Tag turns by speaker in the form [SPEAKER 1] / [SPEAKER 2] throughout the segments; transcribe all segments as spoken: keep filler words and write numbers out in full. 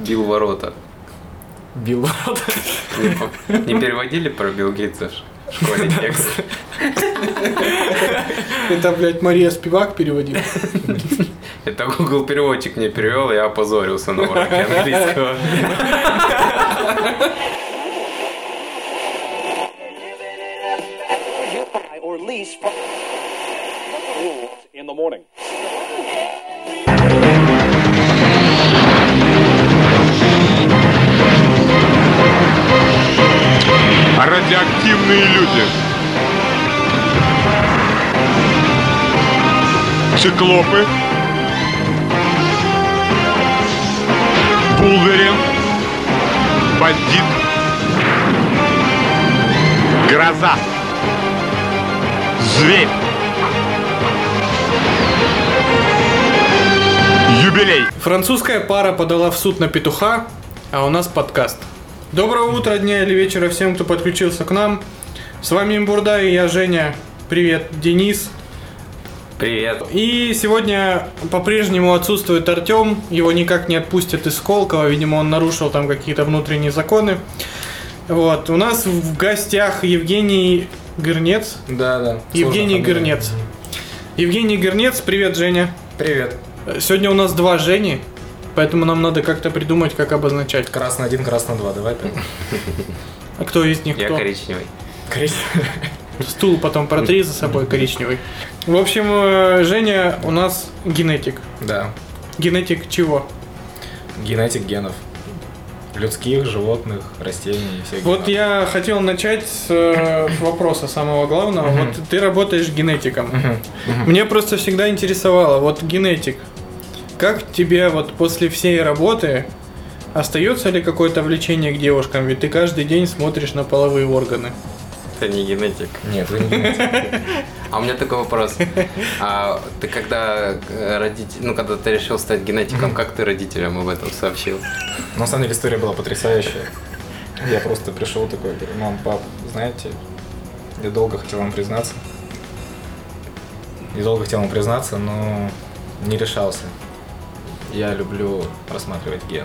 [SPEAKER 1] Бил ворота.
[SPEAKER 2] Бил ворота?
[SPEAKER 1] Не переводили про Билл Гейтса в школе текст?
[SPEAKER 3] Это, блядь, Мария Спивак переводила.
[SPEAKER 1] Это Google переводчик мне перевел, я опозорился на уроке английского.
[SPEAKER 4] Радиоактивные люди. Циклопы. Вулверин. Бандит. Гроза. Зверь. Юбилей.
[SPEAKER 3] Французская пара подала в суд на петуха, а у нас подкаст. Доброго утра, дня или вечера всем, кто подключился к нам. С вами Имбурда и я, Женя. Привет, Денис.
[SPEAKER 1] Привет.
[SPEAKER 3] И сегодня по-прежнему отсутствует Артем. Его никак не отпустят из Сколково. Видимо, он нарушил там какие-то внутренние законы. Вот. У нас в гостях Евгений Гырнец.
[SPEAKER 2] Да, да.
[SPEAKER 3] Евгений Гырнец. Евгений Гырнец. Привет, Женя.
[SPEAKER 2] Привет.
[SPEAKER 3] Сегодня у нас два Жени. Поэтому нам надо как-то придумать, как обозначать.
[SPEAKER 2] Красный один, красный два, давай так.
[SPEAKER 3] А кто из них
[SPEAKER 1] Я
[SPEAKER 3] кто?
[SPEAKER 1] коричневый.
[SPEAKER 2] Коричневый.
[SPEAKER 3] Стул потом протри за собой коричневый. В общем, Женя у нас генетик.
[SPEAKER 2] Да.
[SPEAKER 3] Генетик чего?
[SPEAKER 2] Генетик генов. Людских, животных, растений и всяких.
[SPEAKER 3] Вот я хотел начать с э, вопроса самого главного.
[SPEAKER 2] Uh-huh.
[SPEAKER 3] Вот ты работаешь генетиком.
[SPEAKER 2] Uh-huh. Uh-huh.
[SPEAKER 3] Мне просто всегда интересовало, вот генетик, как тебе вот после всей работы остается ли какое-то влечение к девушкам? Ведь ты каждый день смотришь на половые органы.
[SPEAKER 1] Это не генетик.
[SPEAKER 2] Нет, это не генетик.
[SPEAKER 1] А у меня такой вопрос. А ты когда родитель, ну когда ты решил стать генетиком, как ты родителям об этом сообщил?
[SPEAKER 2] На самом деле история была потрясающая. Я просто пришел такой, говорю: мам, пап, знаете, я долго хотел вам признаться. Я долго хотел вам признаться, но не решался. Я люблю рассматривать гены.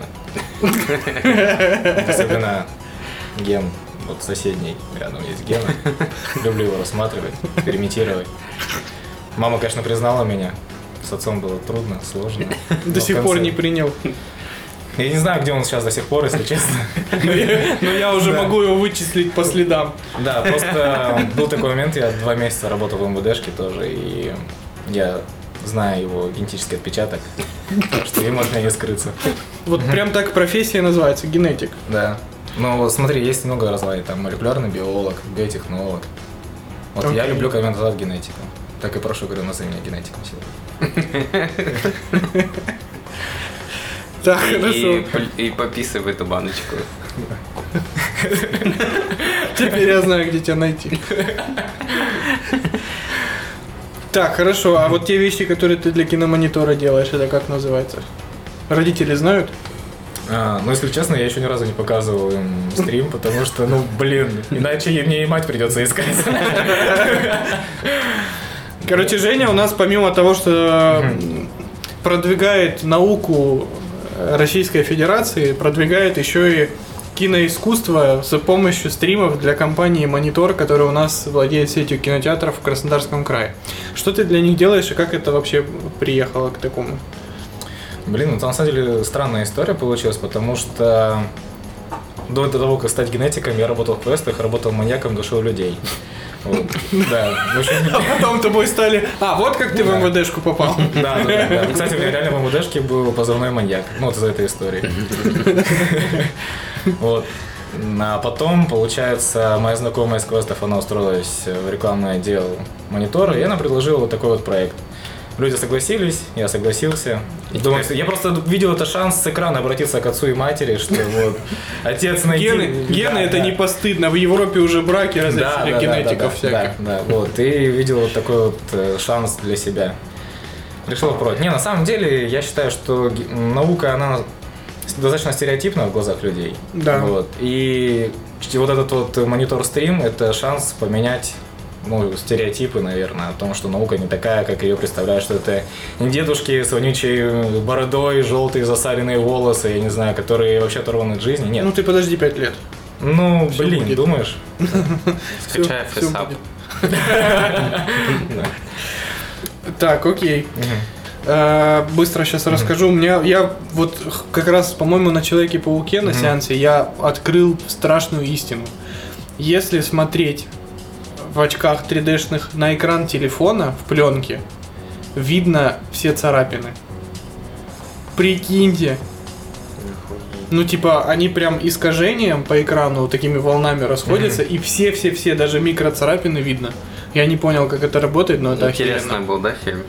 [SPEAKER 2] Особенно ген вот соседний, рядом есть ген. Люблю его рассматривать, экспериментировать. Мама, конечно, признала меня. С отцом было трудно, сложно.
[SPEAKER 3] До сих пор не принял.
[SPEAKER 2] Я не знаю, где он сейчас до сих пор, если честно.
[SPEAKER 3] Но я уже могу его вычислить по следам.
[SPEAKER 2] Да, просто был такой момент, я два месяца работал в эм вэ дэшке тоже, и я знаю его генетический отпечаток, что ему от меня не скрыться.
[SPEAKER 3] Вот прям так профессия называется, генетик.
[SPEAKER 2] Да. Ну, смотри, есть много различий, там молекулярный биолог, биотехнолог. Вот okay. Я люблю, когда называют генетиком. Так и прошу, говорю, назови меня генетиком сегодня.
[SPEAKER 3] Так, хорошо.
[SPEAKER 1] И пописывай в эту баночку.
[SPEAKER 3] Теперь я знаю, где тебя найти. Так, хорошо. А вот те вещи, которые ты для киномонитора делаешь, это как называется? Родители знают?
[SPEAKER 2] А, ну, если честно, я еще ни разу не показывал им стрим, потому что, ну, блин, иначе мне и мать придется искать.
[SPEAKER 3] Короче, Женя у нас помимо того, что продвигает науку Российской Федерации, продвигает еще и киноискусство с помощью стримов для компании «Монитор», которая у нас владеет сетью кинотеатров в Краснодарском крае. Что ты для них делаешь и как это вообще приехало к такому?
[SPEAKER 2] Блин, это на самом деле странная история получилась, потому что до того, как стать генетиком, я работал в квестах, работал маньяком, душил людей. Вот. Да, в общем...
[SPEAKER 3] А потом тобой стали... А, вот как ты да. в эм вэ дэшку попал.
[SPEAKER 2] Да, да, да. Кстати, у меня реально в эм вэ дэшке был позывной маньяк. Ну, вот из-за этой истории. Вот. А потом, получается, моя знакомая из квестов, она устроилась в рекламный отдел «Монитора», и она предложила вот такой вот проект. Люди согласились, я согласился. Думаю, я просто видел это шанс с экрана обратиться к отцу и матери, что вот отец найти...
[SPEAKER 3] Гены, гены да, это да. не постыдно, в Европе уже браки разрешили да, генетиков да, да, всяких.
[SPEAKER 2] Да, да, вот, и видел вот такой вот шанс для себя. Решил попробовать. Не, на самом деле, я считаю, что наука, она достаточно стереотипна в глазах людей.
[SPEAKER 3] Да.
[SPEAKER 2] Вот, и вот этот вот монитор-стрим – это шанс поменять ну, стереотипы, наверное, о том, что наука не такая, как ее представляют, что это дедушки с вонючей бородой, желтые засаленные волосы, я не знаю, которые вообще оторваны от жизни. Нет.
[SPEAKER 3] Ну ты подожди пять лет.
[SPEAKER 2] Ну,
[SPEAKER 3] Всё
[SPEAKER 2] блин,
[SPEAKER 3] будет.
[SPEAKER 2] думаешь?
[SPEAKER 1] Скачай
[SPEAKER 3] Всё- всё
[SPEAKER 1] фэсап.
[SPEAKER 3] будет. Так, окей. Э, Быстро сейчас расскажу. У меня, я вот х- как раз, по-моему, на Человеке-пауке на сеансе я открыл страшную истину. Если смотреть в очках три дэ-шных на экран телефона в пленке, видно все царапины. Прикиньте. Ну, типа, они прям искажением по экрану такими волнами расходятся, и все-все-все, даже микроцарапины видно. Я не понял, как это работает, но это
[SPEAKER 1] Интересный
[SPEAKER 3] охеренно.
[SPEAKER 1] был, да, фильм?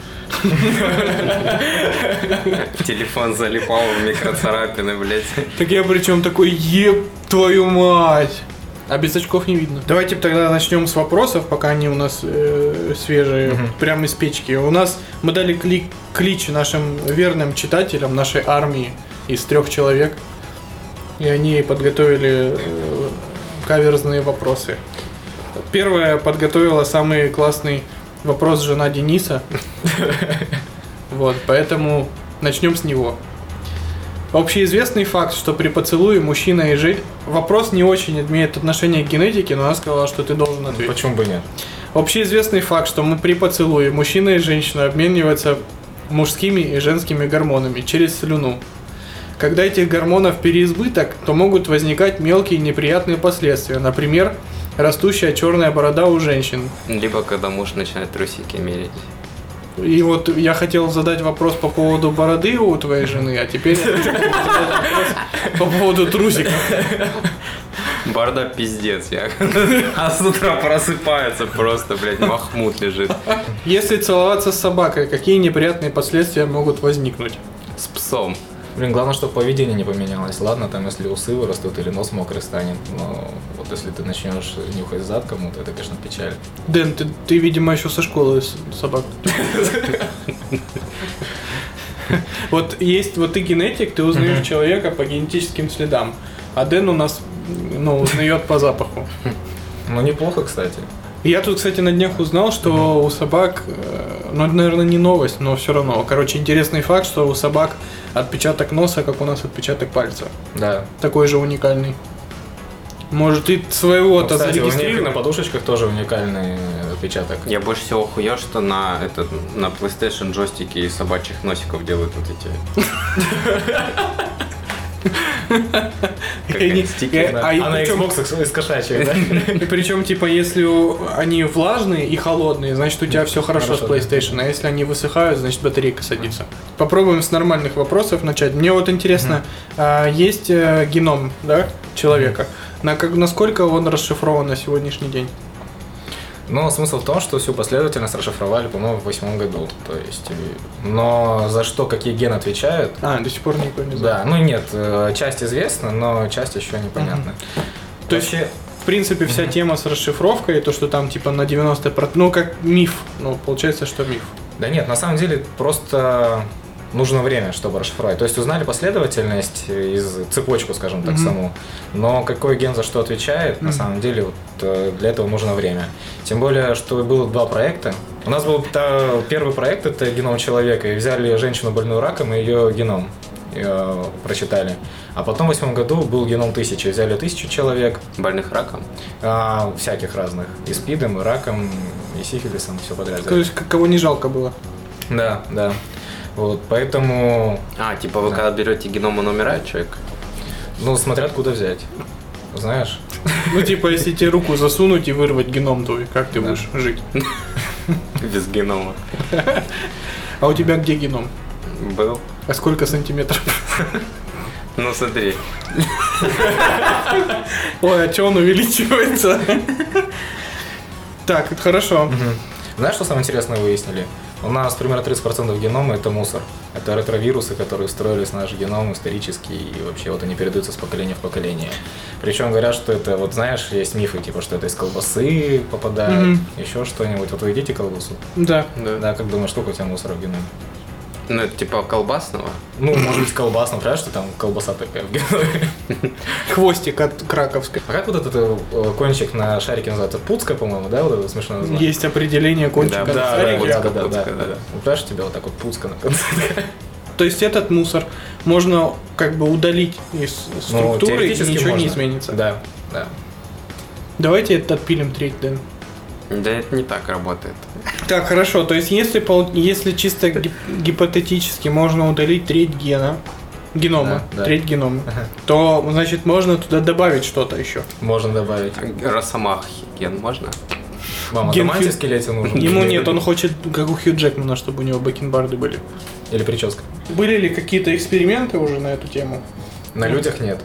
[SPEAKER 1] Телефон залипал в микроцарапины, блядь.
[SPEAKER 3] Так я причем такой, еб твою мать. А без очков не видно. Давайте тогда начнем с вопросов, пока они у нас э, свежие, прямо из печки. У нас мы дали кли- клич нашим верным читателям нашей армии из трех человек, и они подготовили э, каверзные вопросы. Первая подготовила самый классный вопрос жена Дениса. Вот, поэтому начнем с него. Общеизвестный факт, что при поцелуе мужчина и женщина... Вопрос не очень имеет отношение к генетике, но она сказала, что ты должен ответить.
[SPEAKER 2] Почему бы нет?
[SPEAKER 3] Общеизвестный факт, что мы при поцелуе мужчина и женщина обмениваются мужскими и женскими гормонами через слюну. Когда этих гормонов переизбыток, то могут возникать мелкие неприятные последствия. Например, растущая черная борода у женщин.
[SPEAKER 1] Либо когда муж начинает трусики мерить.
[SPEAKER 3] И вот я хотел задать вопрос по поводу бороды у твоей жены, а теперь я хочу задать вопрос по поводу трусиков.
[SPEAKER 1] Борода пиздец, я. А с утра просыпается просто, блядь, Махмуд лежит.
[SPEAKER 3] Если целоваться с собакой, какие неприятные последствия могут возникнуть?
[SPEAKER 1] С псом.
[SPEAKER 2] Блин, главное, чтобы поведение не поменялось. Ладно, там, если усы вырастут или нос мокрый станет, но вот если ты начнешь нюхать зад кому-то, это, конечно, печаль.
[SPEAKER 3] Дэн, ты, ты видимо, еще со школы с- собак. Вот есть, вот ты генетик, ты узнаешь человека по генетическим следам, а Дэн у нас, ну, узнает по запаху.
[SPEAKER 2] Ну, неплохо, кстати.
[SPEAKER 3] Я тут, кстати, на днях узнал, что у собак, э, ну, это, наверное, не новость, но все равно. Короче, интересный факт, что у собак отпечаток носа, как у нас отпечаток пальца.
[SPEAKER 2] Да.
[SPEAKER 3] Такой же уникальный. Может, ты своего-то
[SPEAKER 2] Ну, кстати, у них
[SPEAKER 3] зарегистрируй?
[SPEAKER 2] на подушечках тоже уникальный отпечаток.
[SPEAKER 1] Я больше всего охуел, что на этот на PlayStation джойстике из собачьих носиков делают вот эти. Как
[SPEAKER 3] И они-
[SPEAKER 1] они, стикеры,
[SPEAKER 3] и-
[SPEAKER 1] да?
[SPEAKER 3] а и
[SPEAKER 2] А на
[SPEAKER 3] причем-
[SPEAKER 2] Xbox из кошачьих, да?
[SPEAKER 3] И причем, типа, если у- они влажные и холодные, значит, у тебя все хорошо,
[SPEAKER 2] Хорошо,
[SPEAKER 3] с PlayStation. А если они высыхают, значит, батарейка садится. Попробуем с нормальных вопросов начать. Мне вот интересно, а, есть э, геном, да, человека. На как, насколько он расшифрован на сегодняшний день?
[SPEAKER 2] Но смысл в том, что всю последовательность расшифровали, по-моему, в восьмом году. То есть, и- но за что какие гены отвечают?
[SPEAKER 3] А, до сих пор никто не знает.
[SPEAKER 2] Да, ну нет, э, часть известна, но часть еще непонятна.
[SPEAKER 3] То есть, в принципе, вся тема с расшифровкой, то, что там, типа, на девяносто процентов, ну, как миф. Ну, получается, что миф.
[SPEAKER 2] Да нет, на самом деле просто нужно время, чтобы расшифровать. То есть узнали последовательность из цепочку, скажем так,
[SPEAKER 3] Мгм.
[SPEAKER 2] саму. Но какой ген за что отвечает, на
[SPEAKER 3] Мгм.
[SPEAKER 2] самом деле вот, э, для этого нужно время. Тем более, что было два проекта. У нас был та- первый проект, это геном человека, и взяли женщину больную раком и ее геном э, прочитали. А потом в восьмом году был геном тысячи. Взяли тысячу человек,
[SPEAKER 1] Больных раком.
[SPEAKER 2] а, всяких разных. И спидом, и раком, и сифилисом, все подряд.
[SPEAKER 3] То есть, к- кого не жалко было.
[SPEAKER 2] Да, да. Вот, поэтому,
[SPEAKER 1] А, типа вы
[SPEAKER 2] Да.
[SPEAKER 1] когда берете геном, он умирает, человек?
[SPEAKER 2] ну, смотря откуда взять. Знаешь?
[SPEAKER 3] Ну, типа, если тебе руку засунуть и вырвать геном твой, как ты
[SPEAKER 2] Да.
[SPEAKER 3] будешь жить?
[SPEAKER 1] Без генома.
[SPEAKER 3] А у тебя где геном?
[SPEAKER 1] Был.
[SPEAKER 3] А сколько сантиметров?
[SPEAKER 1] Ну смотри.
[SPEAKER 3] Ой, а что он увеличивается? Так, это хорошо.
[SPEAKER 2] Знаешь, что самое интересное выяснили? У нас примерно тридцать процентов генома – это мусор. Это ретровирусы, которые встроились в наш геном исторически, и вообще вот они передаются с поколения в поколение. Причем говорят, что это, вот знаешь, есть мифы, типа, что это из колбасы попадает,
[SPEAKER 3] Мгм.
[SPEAKER 2] еще что-нибудь. Вот вы едите колбасу?
[SPEAKER 3] Да.
[SPEAKER 2] Да, как думаешь, сколько у тебя мусора в геноме?
[SPEAKER 1] Ну, это типа колбасного?
[SPEAKER 2] Ну, может быть, колбасного, правильно, что там колбаса такая в геное.
[SPEAKER 3] Хвостик от краковской.
[SPEAKER 2] А как вот этот э, кончик на шарике называется? Пуцка, по-моему, да? Вот это смешное название.
[SPEAKER 3] Есть определение кончика.
[SPEAKER 1] Да,
[SPEAKER 3] на
[SPEAKER 2] Да,
[SPEAKER 3] шарике.
[SPEAKER 2] да, да, да,
[SPEAKER 1] Пуцка,
[SPEAKER 2] да,
[SPEAKER 1] пуцка,
[SPEAKER 2] да,
[SPEAKER 1] да.
[SPEAKER 2] да. Ну, представляешь, у тебя вот так вот пуцка на конце.
[SPEAKER 3] То есть этот мусор можно как бы удалить из
[SPEAKER 2] Ну,
[SPEAKER 3] структуры, и
[SPEAKER 2] теоретически
[SPEAKER 3] ничего не
[SPEAKER 2] можно.
[SPEAKER 3] изменится.
[SPEAKER 2] Да, да.
[SPEAKER 3] Давайте это отпилим треть, Дэн.
[SPEAKER 1] Да это не так работает.
[SPEAKER 3] Так, хорошо. То есть если, пол- если чисто гип- гипотетически можно удалить треть гена, генома,
[SPEAKER 2] Да, да.
[SPEAKER 3] треть генома,
[SPEAKER 2] Ага.
[SPEAKER 3] то, значит, можно туда добавить что-то еще.
[SPEAKER 2] Можно добавить.
[SPEAKER 1] Росомахи ген можно?
[SPEAKER 2] Мама,
[SPEAKER 3] Ген
[SPEAKER 2] там
[SPEAKER 3] Хью-
[SPEAKER 2] антискелете нужен.
[SPEAKER 3] Ему нет, он хочет, как у Хью Джекмана, чтобы у него бакенбарды были.
[SPEAKER 2] Или прическа.
[SPEAKER 3] Были ли какие-то эксперименты уже на эту тему?
[SPEAKER 2] На людях нет.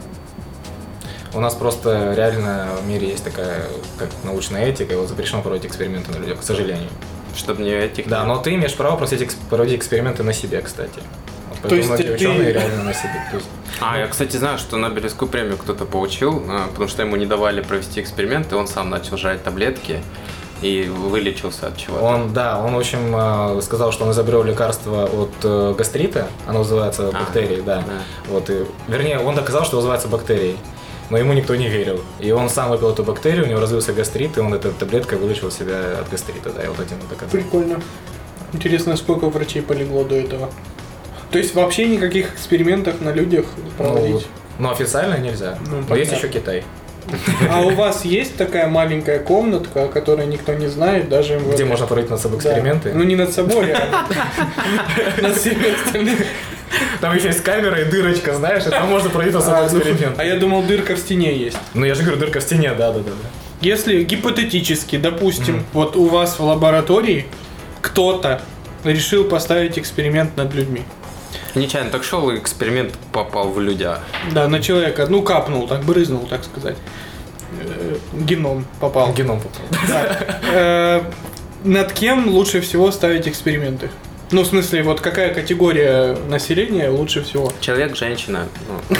[SPEAKER 2] У нас просто реально в мире есть такая, как научная этика, и вот запрещено проводить эксперименты на людях, к сожалению.
[SPEAKER 1] Чтобы не этих...
[SPEAKER 2] Да, но ты имеешь право проводить, экс- проводить эксперименты на себе, кстати. Вот
[SPEAKER 3] То
[SPEAKER 2] поэтому
[SPEAKER 3] есть
[SPEAKER 2] многие
[SPEAKER 3] ты-
[SPEAKER 2] ученые реально на себе. То есть,
[SPEAKER 1] А, я, кстати, знаю, что Нобелевскую премию кто-то получил, а, потому что ему не давали провести эксперимент, и он сам начал жрать таблетки и вылечился от чего-то.
[SPEAKER 2] он, да, он, в общем, э, сказал, что он изобрел лекарство от э, гастрита, оно называется бактерией, да.
[SPEAKER 1] да.
[SPEAKER 2] Вот, и, вернее, он доказал, что называется бактерией, но ему никто не верил. И он сам выпил эту бактерию, у него развился гастрит, и он этой таблеткой вылечил себя от гастрита, да, и вот этим он доказал.
[SPEAKER 3] Прикольно. Интересно, сколько врачей полегло до этого. То есть вообще никаких экспериментов на людях
[SPEAKER 2] Ну,
[SPEAKER 3] проводить?
[SPEAKER 2] но официально нельзя.
[SPEAKER 3] Ну,
[SPEAKER 2] но есть
[SPEAKER 3] понятно.
[SPEAKER 2] еще Китай,
[SPEAKER 3] А у вас есть такая маленькая комнатка, о которой никто не знает, даже МВД?
[SPEAKER 2] где можно проводить над собой
[SPEAKER 3] Да.
[SPEAKER 2] эксперименты.
[SPEAKER 3] Ну не над собой, а над всеми остальными.
[SPEAKER 2] Там еще есть камера и дырочка, знаешь, и там можно проводить над собой
[SPEAKER 3] А, ну,
[SPEAKER 2] эксперимент.
[SPEAKER 3] А я думал, дырка в стене есть.
[SPEAKER 2] Ну я же говорю, дырка в стене, да, да, да. да.
[SPEAKER 3] Если гипотетически, допустим, вот у вас в лаборатории кто-то решил поставить эксперимент над людьми.
[SPEAKER 1] Нечаянно так шел, и эксперимент попал в людях.
[SPEAKER 3] Да, на человека, ну капнул, так брызнул, так сказать. Э, Геном попал.
[SPEAKER 2] Геном попал.
[SPEAKER 3] Да. Э, Над кем лучше всего ставить эксперименты? Ну, в смысле, вот какая категория населения лучше всего?
[SPEAKER 1] Человек, женщина. Ну,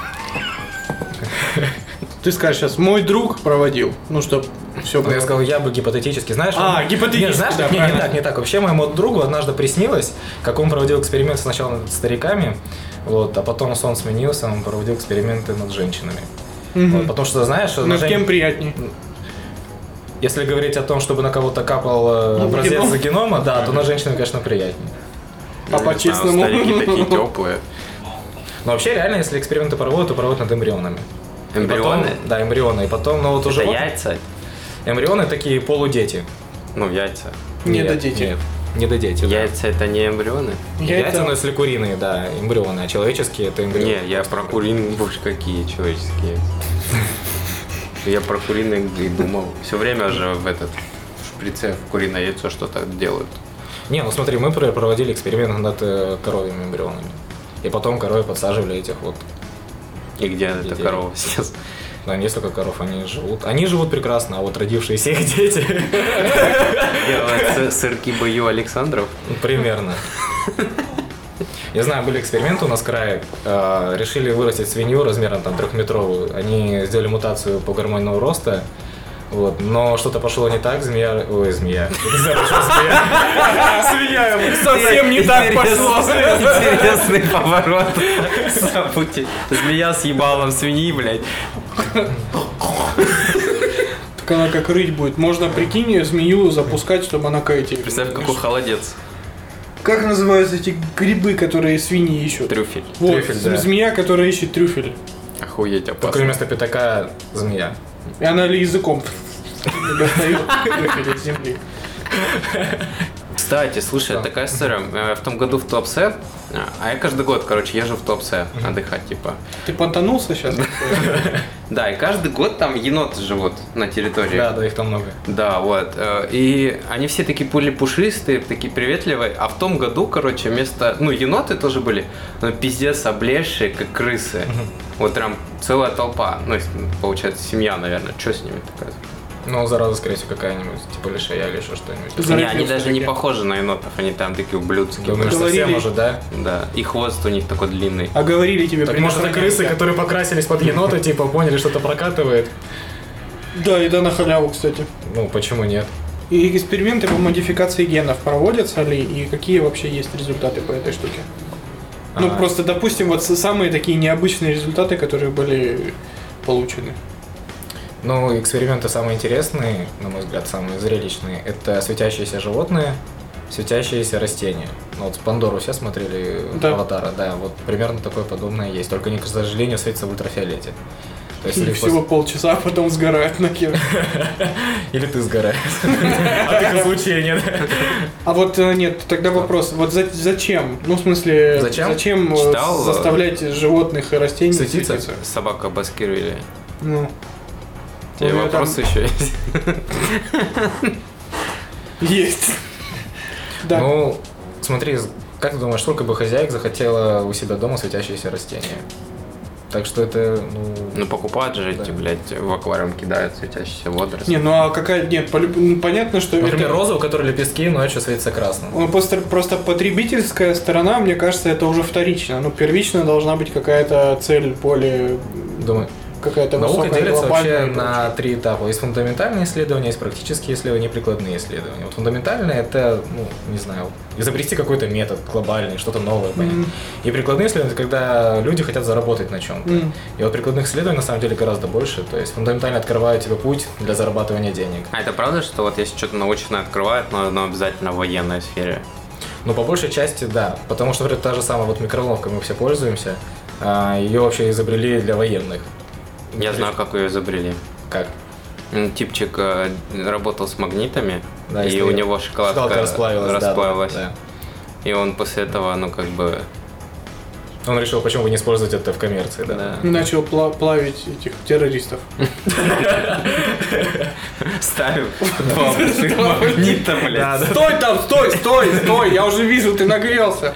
[SPEAKER 3] Ты скажешь сейчас, мой друг проводил, ну, чтоб все
[SPEAKER 2] Ну,
[SPEAKER 3] было.
[SPEAKER 2] я сказал, я бы гипотетически, знаешь?
[SPEAKER 3] А,
[SPEAKER 2] он-
[SPEAKER 3] гипотетически,
[SPEAKER 2] Нет, знаешь,
[SPEAKER 3] да,
[SPEAKER 2] не, не
[SPEAKER 3] правильно.
[SPEAKER 2] так, не так. Вообще моему другу однажды приснилось, как он проводил эксперимент сначала над стариками, вот, а потом сон сменился, он проводил эксперименты над женщинами.
[SPEAKER 3] Мгм.
[SPEAKER 2] Вот, потому что, знаешь, что на
[SPEAKER 3] Над
[SPEAKER 2] жен-
[SPEAKER 3] кем приятней?
[SPEAKER 2] если говорить о том, чтобы на кого-то капал э,
[SPEAKER 3] Ну,
[SPEAKER 2] образец
[SPEAKER 3] геном.
[SPEAKER 2] генома, да, то на женщину, конечно, приятнее.
[SPEAKER 3] А
[SPEAKER 1] не знаю,
[SPEAKER 3] по-честному?
[SPEAKER 1] Старики такие теплые.
[SPEAKER 2] Но вообще, реально, если эксперименты проводят, то проводят над эмбрионами. И
[SPEAKER 1] Эмбрионы?
[SPEAKER 2] потом- да, эмбрионы. И потом, ну вот уже...
[SPEAKER 1] Это яйца?
[SPEAKER 2] Эмбрионы такие полудети.
[SPEAKER 1] Ну, яйца.
[SPEAKER 3] Не
[SPEAKER 2] Нет,
[SPEAKER 3] додети.
[SPEAKER 2] Нет, не до дети. да.
[SPEAKER 1] Яйца это не эмбрионы?
[SPEAKER 2] Яйца, ну если куриные, да, эмбрионы, а человеческие это эмбрионы.
[SPEAKER 1] Не, я про куриные, боже, какие человеческие яйца. Я про куриные и думал. Все время же в этот в шприце в куриное яйцо что-то делают.
[SPEAKER 2] Не, ну смотри, мы, например, проводили эксперимент над э, коровьими эмбрионами. И потом корове подсаживали этих вот.
[SPEAKER 1] И где эта
[SPEAKER 2] Детей.
[SPEAKER 1] корова сейчас?
[SPEAKER 2] Да, несколько коров, они живут. Они живут прекрасно, а вот родившиеся их дети.
[SPEAKER 1] Делают сы- сырки бою Александров.
[SPEAKER 2] Ну, примерно. Я знаю, были эксперименты у нас в крае. э, решили вырастить свинью размером там трехметровую. Они сделали мутацию по гормонального роста. Вот, но что-то пошло не так, змея... Ой, змея. Я не знаю, почему змея. Свинья.
[SPEAKER 3] Совсем не так пошло.
[SPEAKER 1] Интересный поворот событий. Змея с ебалом свиньи, блядь.
[SPEAKER 3] Так она как рыть будет. Можно, прикинь, змею запускать, чтобы она кайти.
[SPEAKER 1] Представь, какой холодец.
[SPEAKER 3] Как называются эти грибы, которые свиньи ищут?
[SPEAKER 1] Трюфель.
[SPEAKER 3] Вот,
[SPEAKER 2] Трюфель, да.
[SPEAKER 3] змея, которая ищет трюфель.
[SPEAKER 1] Охуеть
[SPEAKER 2] Только
[SPEAKER 1] опасно.
[SPEAKER 2] вместо пятака змея.
[SPEAKER 3] И она ли языком достает трюфель из земли.
[SPEAKER 1] Кстати, слушай,
[SPEAKER 2] Да.
[SPEAKER 1] такая история. Э, В том году в Туапсе, а я каждый год, короче, езжу в Туапсе отдыхать, типа.
[SPEAKER 3] Ты понтанулся сейчас?
[SPEAKER 1] Да, и каждый год там еноты живут на территории.
[SPEAKER 2] Да, да, их там много.
[SPEAKER 1] Да, вот. э, И они все такие были пушистые, такие приветливые. А в том году, короче, вместо... Ну, еноты тоже были, но пиздец облезшие, как крысы. Вот прям целая толпа. Ну, если, получается, семья, наверное. Что с ними такая?
[SPEAKER 2] Ну, зараза, скорее всего, какая-нибудь, типа лишая или еще что-нибудь.
[SPEAKER 3] За-
[SPEAKER 1] Не, они
[SPEAKER 3] Зарыпился
[SPEAKER 1] даже не
[SPEAKER 3] такие.
[SPEAKER 1] похожи на енотов, они там такие ублюдские.
[SPEAKER 2] Думаешь,
[SPEAKER 3] Говорили-
[SPEAKER 2] совсем уже, да?
[SPEAKER 1] Да, и хвост у них такой длинный.
[SPEAKER 3] А говорили тебе
[SPEAKER 2] Так может, это крысы, которые покрасились под енота, типа, поняли, что-то прокатывает?
[SPEAKER 3] Да, еда на халяву, кстати.
[SPEAKER 2] Ну, почему нет?
[SPEAKER 3] И эксперименты по модификации генов проводятся ли, и какие вообще есть результаты по этой штуке? Ну,
[SPEAKER 2] А.
[SPEAKER 3] просто, допустим, вот самые такие необычные результаты, которые были получены.
[SPEAKER 2] Ну, эксперименты самые интересные, на мой взгляд, самые зрелищные, это светящиеся животные, светящиеся растения. Ну, вот Пандору все смотрели,
[SPEAKER 3] Да.
[SPEAKER 2] Аватара, да, вот примерно такое подобное есть, только они, к сожалению, светятся в ультрафиолете. То есть,
[SPEAKER 3] И
[SPEAKER 2] или,
[SPEAKER 3] всего
[SPEAKER 2] пос-
[SPEAKER 3] полчаса, а потом сгорают нахер.
[SPEAKER 2] или ты сгораешь от их излучения, да.
[SPEAKER 3] А вот э, нет, тогда вопрос, вот за- зачем? Ну, в смысле,
[SPEAKER 2] Зачем?
[SPEAKER 3] зачем э,
[SPEAKER 1] Читал,
[SPEAKER 3] заставлять животных и растений
[SPEAKER 2] светиться?
[SPEAKER 3] светиться?
[SPEAKER 1] Собака Баскервилли.
[SPEAKER 3] Ну,
[SPEAKER 1] У тебя
[SPEAKER 3] меня
[SPEAKER 1] вопросы еще есть?
[SPEAKER 3] есть. Да.
[SPEAKER 2] Ну, смотри, как ты думаешь, сколько бы хозяек захотела у себя дома светящиеся растения? Так что это, ну...
[SPEAKER 1] Ну, покупают же эти,
[SPEAKER 2] Да.
[SPEAKER 1] блядь, в аквариум кидают светящиеся водоросли.
[SPEAKER 3] Не, ну а какая... Нет, полюб- ну, понятно, что
[SPEAKER 2] Например,
[SPEAKER 3] это...
[SPEAKER 2] роза, у которой лепестки ночью светятся красным.
[SPEAKER 3] Ну, просто, просто потребительская сторона, мне кажется, это уже вторично. Ну, первично должна быть какая-то цель более...
[SPEAKER 2] Думаю,
[SPEAKER 3] Какая-то
[SPEAKER 2] наука
[SPEAKER 3] высокая,
[SPEAKER 2] делится вообще
[SPEAKER 3] глобальная и
[SPEAKER 2] на три этапа. Есть фундаментальные исследования, есть практические исследования, и прикладные исследования. Вот фундаментальные — это, ну, не знаю, изобрести какой-то метод глобальный, что-то новое понять.
[SPEAKER 3] Мгм.
[SPEAKER 2] И прикладные исследования — это когда люди хотят заработать на чем-то.
[SPEAKER 3] Мгм.
[SPEAKER 2] И вот прикладных исследований на самом деле гораздо больше. То есть фундаментально открывают тебе путь для зарабатывания денег.
[SPEAKER 1] А это правда, что вот если что-то научное открывают, но оно обязательно в военной сфере?
[SPEAKER 2] Ну, по большей части, да. Потому что, например, та же самая вот микроволновка, мы все пользуемся, а, ее вообще изобрели для военных.
[SPEAKER 1] Я знаю, как ее изобрели.
[SPEAKER 2] Как?
[SPEAKER 1] М, Типчик э, работал с магнитами,
[SPEAKER 2] Да,
[SPEAKER 1] и
[SPEAKER 2] если
[SPEAKER 1] у него шоколадка,
[SPEAKER 2] шоколадка расплавилась. да, да,
[SPEAKER 1] расплавилась.
[SPEAKER 2] да.
[SPEAKER 1] И он после этого, ну, как бы,
[SPEAKER 2] Он решил, почему бы не использовать это в коммерции, да.
[SPEAKER 1] да,
[SPEAKER 3] И начал пла- плавить этих террористов.
[SPEAKER 1] ставил два больших магнита,
[SPEAKER 2] Да,
[SPEAKER 1] блядь.
[SPEAKER 2] да.
[SPEAKER 3] Стой там, стой, стой, стой, я уже вижу, ты нагрелся.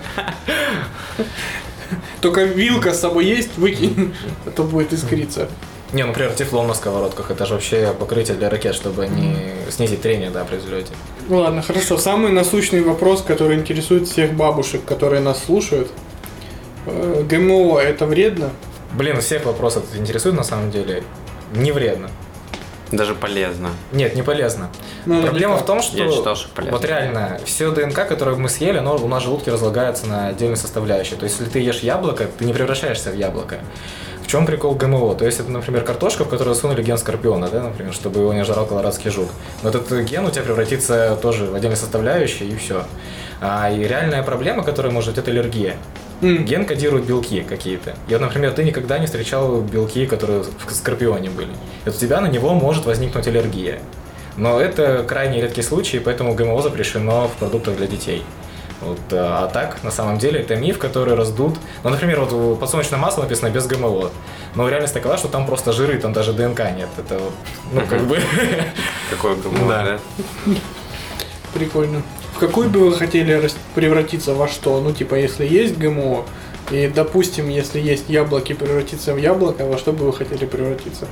[SPEAKER 3] Только вилка с собой есть, выкинь, а то будет искриться.
[SPEAKER 2] Не, ну, например, тефлон на сковородках, это же вообще покрытие для ракет, чтобы не снизить трение, да, при взлете.
[SPEAKER 3] Ну ладно, хорошо. Самый насущный вопрос, который интересует всех бабушек, которые нас слушают. Э, ГМО это вредно?
[SPEAKER 2] Блин, всех вопросов это интересует на самом деле. Не вредно.
[SPEAKER 1] Даже полезно.
[SPEAKER 2] Нет, не полезно.
[SPEAKER 3] Ну,
[SPEAKER 2] Проблема
[SPEAKER 3] наверняка.
[SPEAKER 2] в том, что
[SPEAKER 1] Я читал, что полезно.
[SPEAKER 2] вот реально все ДНК, которое мы съели, оно у нас в желудке разлагается на отдельные составляющие. То есть, если ты ешь яблоко, ты не превращаешься в яблоко. В чем прикол ГМО? То есть, это, например, картошка, в которую сунули ген скорпиона, да, например, чтобы его не жрал колорадский жук. Но этот ген у тебя превратится тоже в отдельные составляющие, и все. А, и реальная проблема, которая может быть, это аллергия.
[SPEAKER 3] М.
[SPEAKER 2] Ген кодирует белки какие-то. И вот, например, ты никогда не встречал белки, которые в скорпионе были. И вот у тебя на него может возникнуть аллергия. Но это крайне редкий случай, поэтому ГМО запрещено в продуктах для детей. Вот, а так, на самом деле, это миф, который раздут. Ну, например, вот у подсолнечного масла написано без ГМО. Но реальность такова, что там просто жиры, там даже ДНК нет. Это вот, ну, как бы...
[SPEAKER 1] Какой ГМО,
[SPEAKER 2] Да.
[SPEAKER 1] да?
[SPEAKER 3] Прикольно. В какую бы вы хотели рас- превратиться во что? Ну, типа, если есть ГМО, и, допустим, если есть яблоки, превратиться в яблоко, во что бы вы хотели превратиться?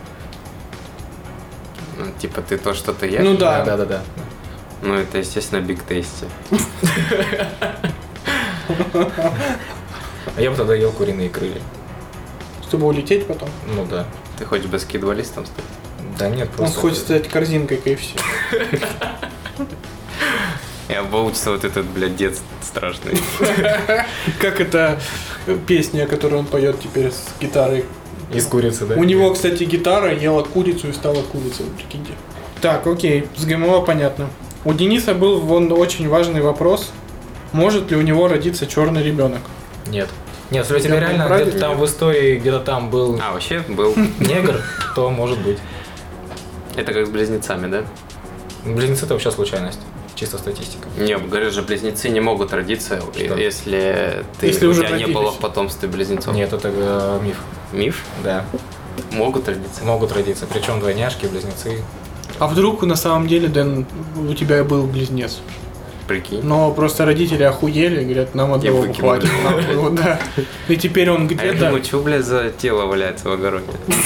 [SPEAKER 1] Ну, типа ты то, что ты ешь?
[SPEAKER 3] Ну да.
[SPEAKER 2] Да, да, да.
[SPEAKER 1] Ну, это, естественно, Биг Тейсти.
[SPEAKER 2] А я бы тогда ел куриные крылья.
[SPEAKER 3] Чтобы улететь потом?
[SPEAKER 2] Ну да.
[SPEAKER 1] Ты хочешь баскетболистом стать?
[SPEAKER 2] Да нет,
[SPEAKER 3] Он
[SPEAKER 2] просто...
[SPEAKER 3] хочет стать корзинкой кей эф си.
[SPEAKER 1] И обучится вот этот, блядь, дед страшный.
[SPEAKER 3] Как это э, песня, которую он поет теперь с гитарой.
[SPEAKER 2] Из курицы, да?
[SPEAKER 3] У него, кстати, гитара ела курицу и стала курицей, прикиньте. Так, окей, с ГМО понятно. У Дениса был вон очень важный вопрос. Может ли у него родиться черный ребенок?
[SPEAKER 2] Нет. Нет, если у тебя
[SPEAKER 3] Я
[SPEAKER 2] реально
[SPEAKER 3] правильно
[SPEAKER 2] где-то там
[SPEAKER 3] понял?
[SPEAKER 2] в истории, где-то там был
[SPEAKER 1] А, вообще был.
[SPEAKER 2] негр, то может быть.
[SPEAKER 1] Это как с близнецами, да?
[SPEAKER 2] Близнецы — это вообще случайность. Чисто статистика.
[SPEAKER 1] Не, говорят же, близнецы не могут родиться,
[SPEAKER 2] Что?
[SPEAKER 1] если ты
[SPEAKER 3] Если
[SPEAKER 1] у
[SPEAKER 3] уже
[SPEAKER 1] тебя не
[SPEAKER 3] родились.
[SPEAKER 1] было в потомстве близнецов.
[SPEAKER 2] Нет, это э, миф.
[SPEAKER 1] Миф?
[SPEAKER 2] Да.
[SPEAKER 1] Могут родиться.
[SPEAKER 2] Могут родиться. Причем двойняшки, близнецы.
[SPEAKER 3] А вдруг на самом деле, Дэн, у тебя был близнец?
[SPEAKER 1] Прикинь.
[SPEAKER 3] Но просто родители охуели, говорят, нам одного
[SPEAKER 1] выкинули.
[SPEAKER 3] хватит. нахуй, вот, да. И теперь он
[SPEAKER 1] А я
[SPEAKER 3] где-то
[SPEAKER 1] думаю, что, блядь, за тело валяется в огороде?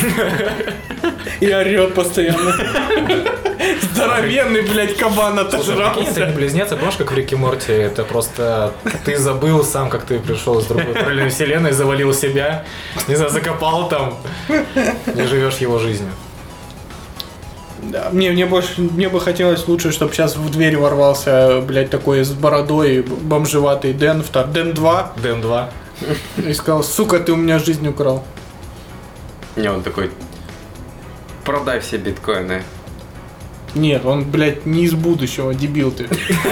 [SPEAKER 3] и орет постоянно. Здоровенный, блядь, кабан
[SPEAKER 2] Прикинь, это не
[SPEAKER 3] отожрался.
[SPEAKER 2] близнец, а помнишь, как в Рике Морти? Это просто ты забыл сам, как ты пришел из другой параллельной вселенной, завалил себя, не знаю, закопал там, не живешь его жизнью.
[SPEAKER 3] Да, мне, мне, больше, мне бы хотелось лучше, чтобы сейчас в дверь ворвался, блядь, такой с бородой бомжеватый Дэн, втор, Дэн два.
[SPEAKER 2] Дэн два.
[SPEAKER 3] И сказал, сука, ты у меня жизнь украл.
[SPEAKER 1] Не, он такой, продай все биткоины.
[SPEAKER 3] Нет, он, блядь, не из будущего, дебил ты.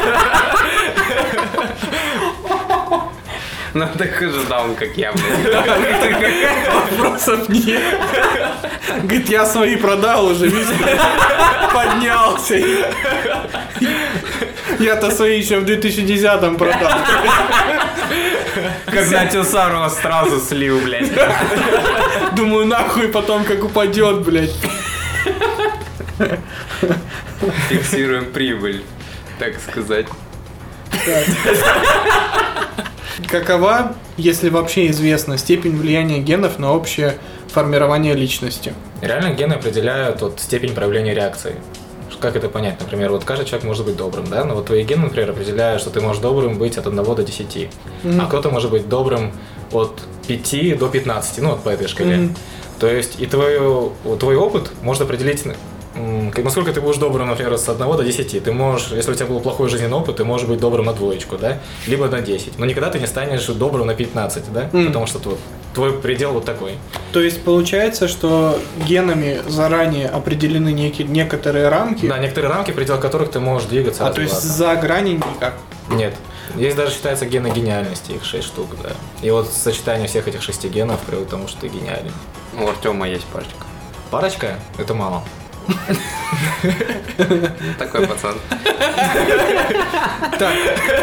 [SPEAKER 1] Ну такой же даун, как я, блядь.
[SPEAKER 3] Вопросов нет. Говорит, я свои продал уже, видишь, поднялся. Я-то свои еще в две тысячи десятом продал.
[SPEAKER 1] Как на Тюсарова сразу слил, блядь.
[SPEAKER 3] Думаю, нахуй потом как упадет, блядь.
[SPEAKER 1] Фиксируем прибыль, так сказать.
[SPEAKER 3] Какова, если вообще известна, степень влияния генов на общее формирование личности?
[SPEAKER 2] Реально гены определяют вот степень проявления реакции. Как это понять? Например, вот каждый человек может быть добрым, да? Но вот твои гены, например, определяют, что ты можешь добрым быть от одного до десяти. Mm-hmm. А кто-то может быть добрым от пяти до пятнадцати, ну вот по этой шкале. Mm-hmm. То есть и твой, твой опыт может определить, насколько ты будешь добрым, например, с одного до десяти. Ты можешь, если у тебя был плохой жизненный опыт, ты можешь быть добрым на двоечку, да? Либо на десять. Но никогда ты не станешь добрым на пятнадцать, да? Mm. Потому что твой, твой предел вот такой.
[SPEAKER 3] То есть получается, что генами заранее определены некие, некоторые рамки?
[SPEAKER 2] Да, некоторые рамки, в пределах которых ты можешь двигаться.
[SPEAKER 3] А то есть за грани никак?
[SPEAKER 2] Нет. Есть даже считается гены гениальности, их шесть штук, да. И вот сочетание всех этих шести генов приводит к тому, что ты гениален.
[SPEAKER 1] У Артема есть парочка.
[SPEAKER 2] Парочка? Это мало.
[SPEAKER 1] Такой пацан.
[SPEAKER 3] Так.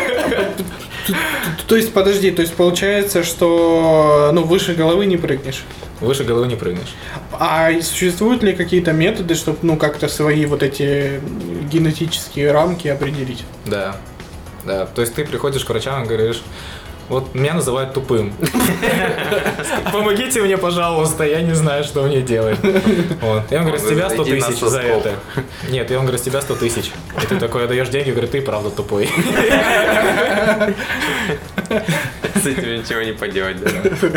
[SPEAKER 3] То есть, подожди, то есть получается, что ну выше головы не прыгнешь?
[SPEAKER 2] Выше головы не прыгнешь.
[SPEAKER 3] А существуют ли какие-то методы, чтобы ну как-то свои вот эти генетические рамки определить?
[SPEAKER 2] Да. Да. То есть ты приходишь к врачам и говоришь: вот меня называют тупым. Помогите мне, пожалуйста, я не знаю, что мне делать. Вот. И он говорит, с тебя сто тысяч за это. Нет, и он говорит, с тебя сто тысяч. И ты такой отдаешь деньги, и говорит, ты правда тупой.
[SPEAKER 1] С этим ничего не поделать, да?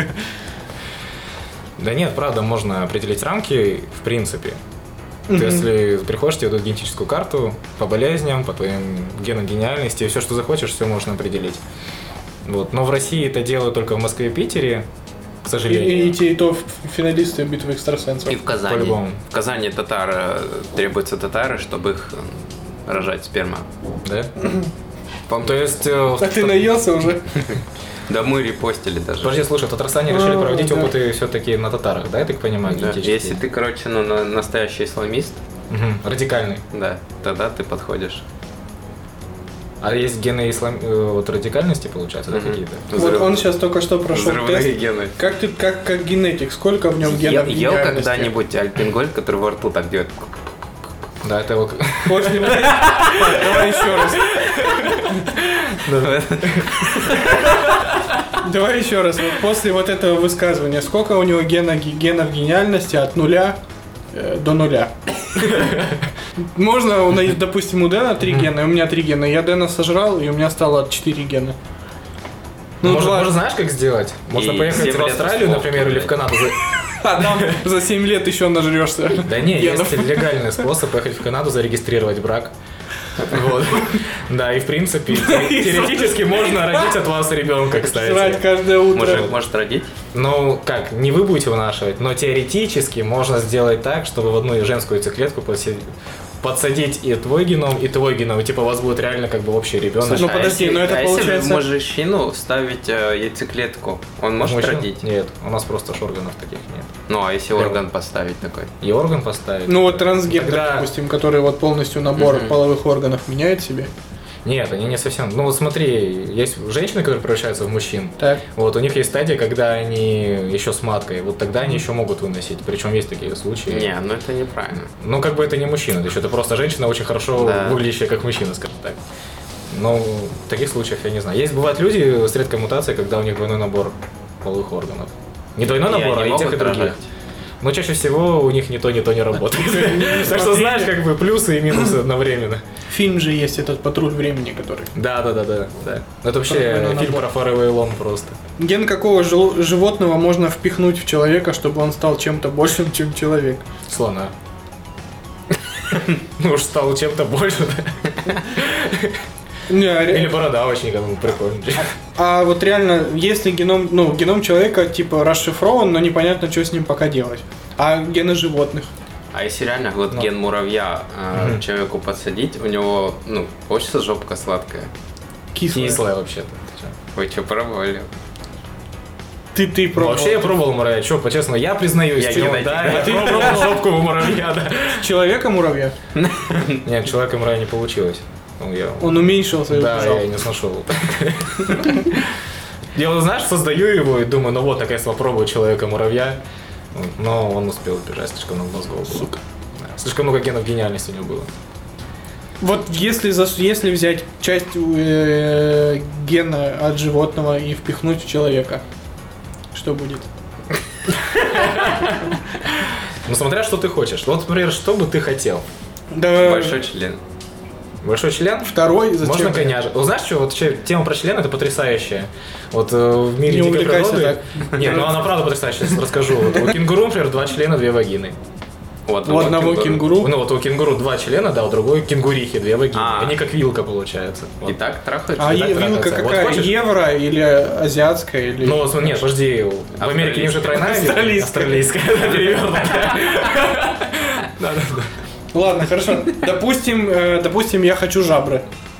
[SPEAKER 2] Да нет, правда, можно определить рамки в принципе. Ты, если приходишь, тебе дают генетическую карту по болезням, по твоим генам гениальности, все, что захочешь, все можно определить. Вот. Но в России это делают только в Москве и Питере, к сожалению.
[SPEAKER 3] И, и те, и то финалисты битвы экстрасенсов.
[SPEAKER 1] И в Казани.
[SPEAKER 2] По-любому.
[SPEAKER 1] В Казани татары, требуются татары, чтобы их рожать сперма.
[SPEAKER 2] Да?
[SPEAKER 1] Помню.
[SPEAKER 2] То есть...
[SPEAKER 3] А ты наелся уже?
[SPEAKER 1] Да мы репостили даже.
[SPEAKER 2] Подожди, слушай, в Татарстане решили проводить опыты все-таки на татарах, да, я так понимаю, генетические?
[SPEAKER 1] Если ты, короче, ну, настоящий исламист,
[SPEAKER 2] радикальный.
[SPEAKER 1] Да, тогда ты подходишь.
[SPEAKER 2] А есть гены ислам... вот радикальности, получается, да, какие-то?
[SPEAKER 3] Вот он сейчас только что прошел тест.
[SPEAKER 1] Гены.
[SPEAKER 3] Как ты, как, как генетик, сколько в нем генов
[SPEAKER 1] Ел
[SPEAKER 3] гениальности?
[SPEAKER 1] когда-нибудь альпингольд, который во рту так делает?
[SPEAKER 2] Да, это его...
[SPEAKER 3] После... Давай еще раз. Давай еще раз. Вот после вот этого высказывания, сколько у него гена, генов гениальности от нуля э, до нуля? Можно, допустим, у Дэна три гена, и у меня три гена. Я Дэна сожрал, и у меня стало четыре гена.
[SPEAKER 2] Ну, можно, можно, знаешь, как сделать? Можно
[SPEAKER 1] И
[SPEAKER 2] поехать в Австралию, например, или в Канаду.
[SPEAKER 3] А там за семь лет еще нажрешься.
[SPEAKER 2] Да не, есть легальный способ поехать в Канаду, зарегистрировать брак. Вот. Да, и в принципе, теоретически можно родить от вас ребенка, кстати.
[SPEAKER 3] Жрать каждое утро.
[SPEAKER 1] Может, может родить?
[SPEAKER 2] Ну, как, не вы будете вынашивать, но теоретически можно сделать так, чтобы в одну женскую яйцеклетку подсадить и твой геном, и твой геном, и типа у вас будет реально как бы общий ребенок.
[SPEAKER 3] Ну подожди, но это
[SPEAKER 1] а
[SPEAKER 3] получается...
[SPEAKER 1] если мужчину вставить э, яйцеклетку, он может
[SPEAKER 2] Мужчин?
[SPEAKER 1] родить?
[SPEAKER 2] Нет, у нас просто аж органов таких нет.
[SPEAKER 1] Ну, а если орган поставить такой?
[SPEAKER 2] И орган поставить?
[SPEAKER 3] Ну вот трансгендер,
[SPEAKER 2] Тогда...
[SPEAKER 3] допустим, который вот полностью набор
[SPEAKER 1] Mm-hmm.
[SPEAKER 3] половых органов меняет себе.
[SPEAKER 2] Нет, они не совсем. Ну вот смотри, есть женщины, которые превращаются в мужчин.
[SPEAKER 3] Так.
[SPEAKER 2] Вот у них есть стадия, когда они еще с маткой. Вот тогда они еще могут выносить. Причем есть такие случаи.
[SPEAKER 1] Не, ну это неправильно.
[SPEAKER 2] Ну как бы это не мужчина, это еще это просто женщина, очень хорошо
[SPEAKER 1] Да.
[SPEAKER 2] выглядящая как мужчина, скажем так. Но в таких случаях я не знаю. Есть бывают люди с редкой мутацией, когда у них двойной набор половых органов. Не двойной
[SPEAKER 1] И
[SPEAKER 2] набор, а
[SPEAKER 1] они
[SPEAKER 2] и тех, и
[SPEAKER 1] могут
[SPEAKER 2] других.
[SPEAKER 1] рожать.
[SPEAKER 2] Но чаще всего у них ни то, ни то не работает. Так что знаешь, как бы плюсы и минусы одновременно.
[SPEAKER 3] Фильм же есть этот «Патруль времени», который...
[SPEAKER 2] Да, да, да, да, да. Это вообще фильм про Фаррелла Илон просто.
[SPEAKER 3] Ген какого жил- животного можно впихнуть в человека, чтобы он стал чем-то большим, чем человек?
[SPEAKER 2] Слона. Ну уж стал чем-то больше, да.
[SPEAKER 3] Не, а ре-
[SPEAKER 2] Или бородавочника, ну прикольно.
[SPEAKER 3] А вот реально, если геном, ну, геном человека типа расшифрован, но непонятно, что с ним пока делать. А гены животных?
[SPEAKER 1] А если реально вот
[SPEAKER 2] Ну.
[SPEAKER 1] ген муравья э, человеку подсадить, у него, ну, получится жопка сладкая.
[SPEAKER 3] Кислые.
[SPEAKER 2] Кислая вообще-то.
[SPEAKER 1] Вы что, пробовали?
[SPEAKER 3] Ты, ты
[SPEAKER 2] Ну,
[SPEAKER 3] пробовал?
[SPEAKER 2] вообще я пробовал муравья, чё, по-честному, я признаюсь.
[SPEAKER 1] Я
[SPEAKER 2] чё,
[SPEAKER 1] не
[SPEAKER 2] да,
[SPEAKER 1] дойти.
[SPEAKER 2] я
[SPEAKER 3] Ты
[SPEAKER 2] пробовал
[SPEAKER 3] пробовал?
[SPEAKER 2] жопку у муравья, да.
[SPEAKER 3] Человека-муравья?
[SPEAKER 2] Нет, человека муравья не получилось. Ну, я...
[SPEAKER 3] Он уменьшился и
[SPEAKER 2] Да,
[SPEAKER 3] убежал.
[SPEAKER 2] я не сношу. Я вот, знаешь, создаю его и думаю, ну вот, так если попробую человека-муравья, но он успел убежать, слишком много мозгов было.
[SPEAKER 3] Сука.
[SPEAKER 2] Да, слишком много генов гениальности у него было.
[SPEAKER 3] Вот если, зас- если взять часть э, гена от животного и впихнуть в человека, что будет?
[SPEAKER 2] Ну, смотря, что ты хочешь. Вот, например, что бы ты хотел?
[SPEAKER 3] Да,
[SPEAKER 1] Большой член.
[SPEAKER 2] Большой член?
[SPEAKER 3] второй, зачем?
[SPEAKER 2] Можно коня же. Вот знаешь что, вот вообще тема про член это потрясающая. Вот э, в мире
[SPEAKER 3] Не
[SPEAKER 2] дикой
[SPEAKER 3] увлекайся
[SPEAKER 2] природы... Нет, ну она правда потрясающая, сейчас расскажу. Вот у кенгуру, например, два члена, две вагины.
[SPEAKER 1] У
[SPEAKER 3] У одного кенгуру.
[SPEAKER 2] Ну вот у кенгуру два члена, да, у другой кенгурихи, две вагины.
[SPEAKER 1] А.
[SPEAKER 2] Они как вилка получаются. Вот.
[SPEAKER 1] И так трахаются?
[SPEAKER 3] А
[SPEAKER 2] И так
[SPEAKER 3] е- вилка
[SPEAKER 2] трахаться. Вот
[SPEAKER 3] какая?
[SPEAKER 2] хочешь?
[SPEAKER 3] Евро или азиатская? Или...
[SPEAKER 2] Ну, вот, нет, подожди, в Америке не же тройная вилка?
[SPEAKER 3] Австралийская.
[SPEAKER 2] Австралийская, да, перевёрнутая. Да, да, да.
[SPEAKER 3] Ладно, хорошо. Допустим, э, допустим, я хочу жабры.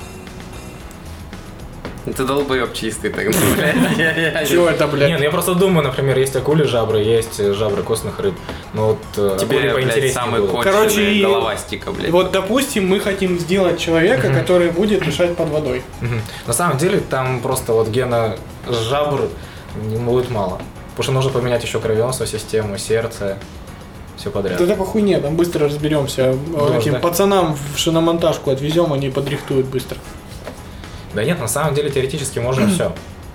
[SPEAKER 1] Ты долбоёб чистый тогда, блядь. Я- я- я-
[SPEAKER 3] Чего это, блядь?
[SPEAKER 2] Нет, ну я просто думаю, например, есть акули жабры, есть жабры костных рыб. Но вот э,
[SPEAKER 1] Тебе,
[SPEAKER 2] акули
[SPEAKER 1] блядь,
[SPEAKER 2] поинтереснее
[SPEAKER 1] самый
[SPEAKER 2] было.
[SPEAKER 1] конченый
[SPEAKER 3] Короче, и-
[SPEAKER 1] головастика, блядь.
[SPEAKER 3] Вот, допустим, мы хотим сделать человека, который будет дышать под водой.
[SPEAKER 2] Мгм. На самом деле там просто вот гена жабр не будет мало. Потому что нужно поменять еще кровеносную систему, сердце, все подряд.
[SPEAKER 3] Да это по хуйне, там быстро разберемся.
[SPEAKER 2] Можно.
[SPEAKER 3] Этим пацанам в шиномонтажку отвезем, они подрихтуют быстро.
[SPEAKER 2] Да нет, на самом деле теоретически можно все.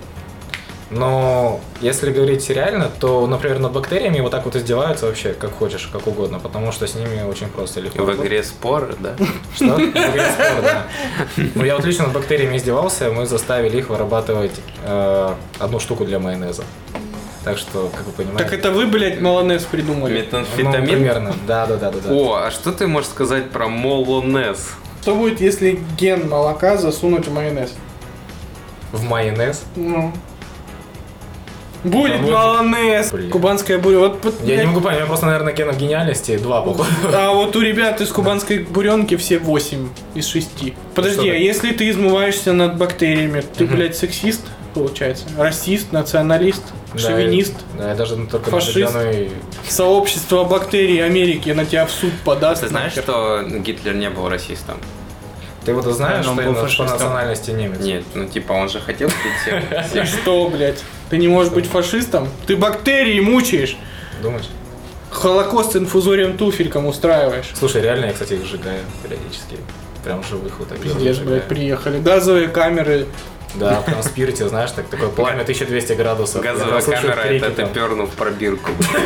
[SPEAKER 2] Но если говорить реально, то, например, над бактериями вот так вот издеваются вообще, как хочешь, как угодно, потому что с ними очень просто и легко.
[SPEAKER 1] В игре споры, да?
[SPEAKER 2] Что? В игре спор, да. Ну, я вот лично над бактериями издевался, мы заставили их вырабатывать э, одну штуку для майонеза. Так что, как вы понимаете...
[SPEAKER 3] Так это вы, блядь, малонез придумали.
[SPEAKER 2] ну,
[SPEAKER 1] Метамфетамин?
[SPEAKER 2] примерно, да, да, да, да. да.
[SPEAKER 1] О, а что ты можешь сказать про молонез?
[SPEAKER 3] Что будет, если ген молока засунуть в майонез?
[SPEAKER 2] В майонез.
[SPEAKER 3] Ну. Будет
[SPEAKER 2] Да, будет.
[SPEAKER 3] малонез.
[SPEAKER 2] Блин.
[SPEAKER 3] Кубанская буря. Вот, вот,
[SPEAKER 2] Я
[SPEAKER 3] блядь.
[SPEAKER 2] не могу понять, у меня просто, наверное, генов гениальности два, походу.
[SPEAKER 3] А вот у ребят из кубанской буренки все восемь из шести. Подожди,
[SPEAKER 2] Что
[SPEAKER 3] а
[SPEAKER 2] так?
[SPEAKER 3] если ты измываешься над бактериями, ты, блядь, сексист, получается? Расист, националист, шовинист?
[SPEAKER 2] Да, я даже только
[SPEAKER 3] Фашист.
[SPEAKER 2] на определенной...
[SPEAKER 3] Сообщество бактерий Америки на тебя в суд подаст.
[SPEAKER 1] Ты знаешь,
[SPEAKER 3] нахер.
[SPEAKER 1] что Гитлер не был расистом?
[SPEAKER 2] Ты вот знаешь,
[SPEAKER 3] Да, он
[SPEAKER 2] что
[SPEAKER 3] был
[SPEAKER 2] именно по
[SPEAKER 3] фашистом.
[SPEAKER 2] национальности немец?
[SPEAKER 1] Нет, ну типа он же хотел пить всех. всех.
[SPEAKER 3] Что, блядь? Ты не можешь быть фашистом? Ты бактерии мучаешь.
[SPEAKER 2] Думаешь?
[SPEAKER 3] Холокост инфузорием туфельком устраиваешь.
[SPEAKER 2] Слушай, реально я, кстати, их сжигаю периодически. Прям живых вот так.
[SPEAKER 3] Пиздец,
[SPEAKER 2] сжигаю.
[SPEAKER 3] блядь, приехали. Газовые камеры.
[SPEAKER 2] Да, прям спирте, знаешь, так такое пламя тысяча двести градусов. Я
[SPEAKER 1] Газовая
[SPEAKER 2] прям слушаю
[SPEAKER 1] камера,
[SPEAKER 2] крики
[SPEAKER 1] это ты
[SPEAKER 2] там.
[SPEAKER 1] пернул в пробирку.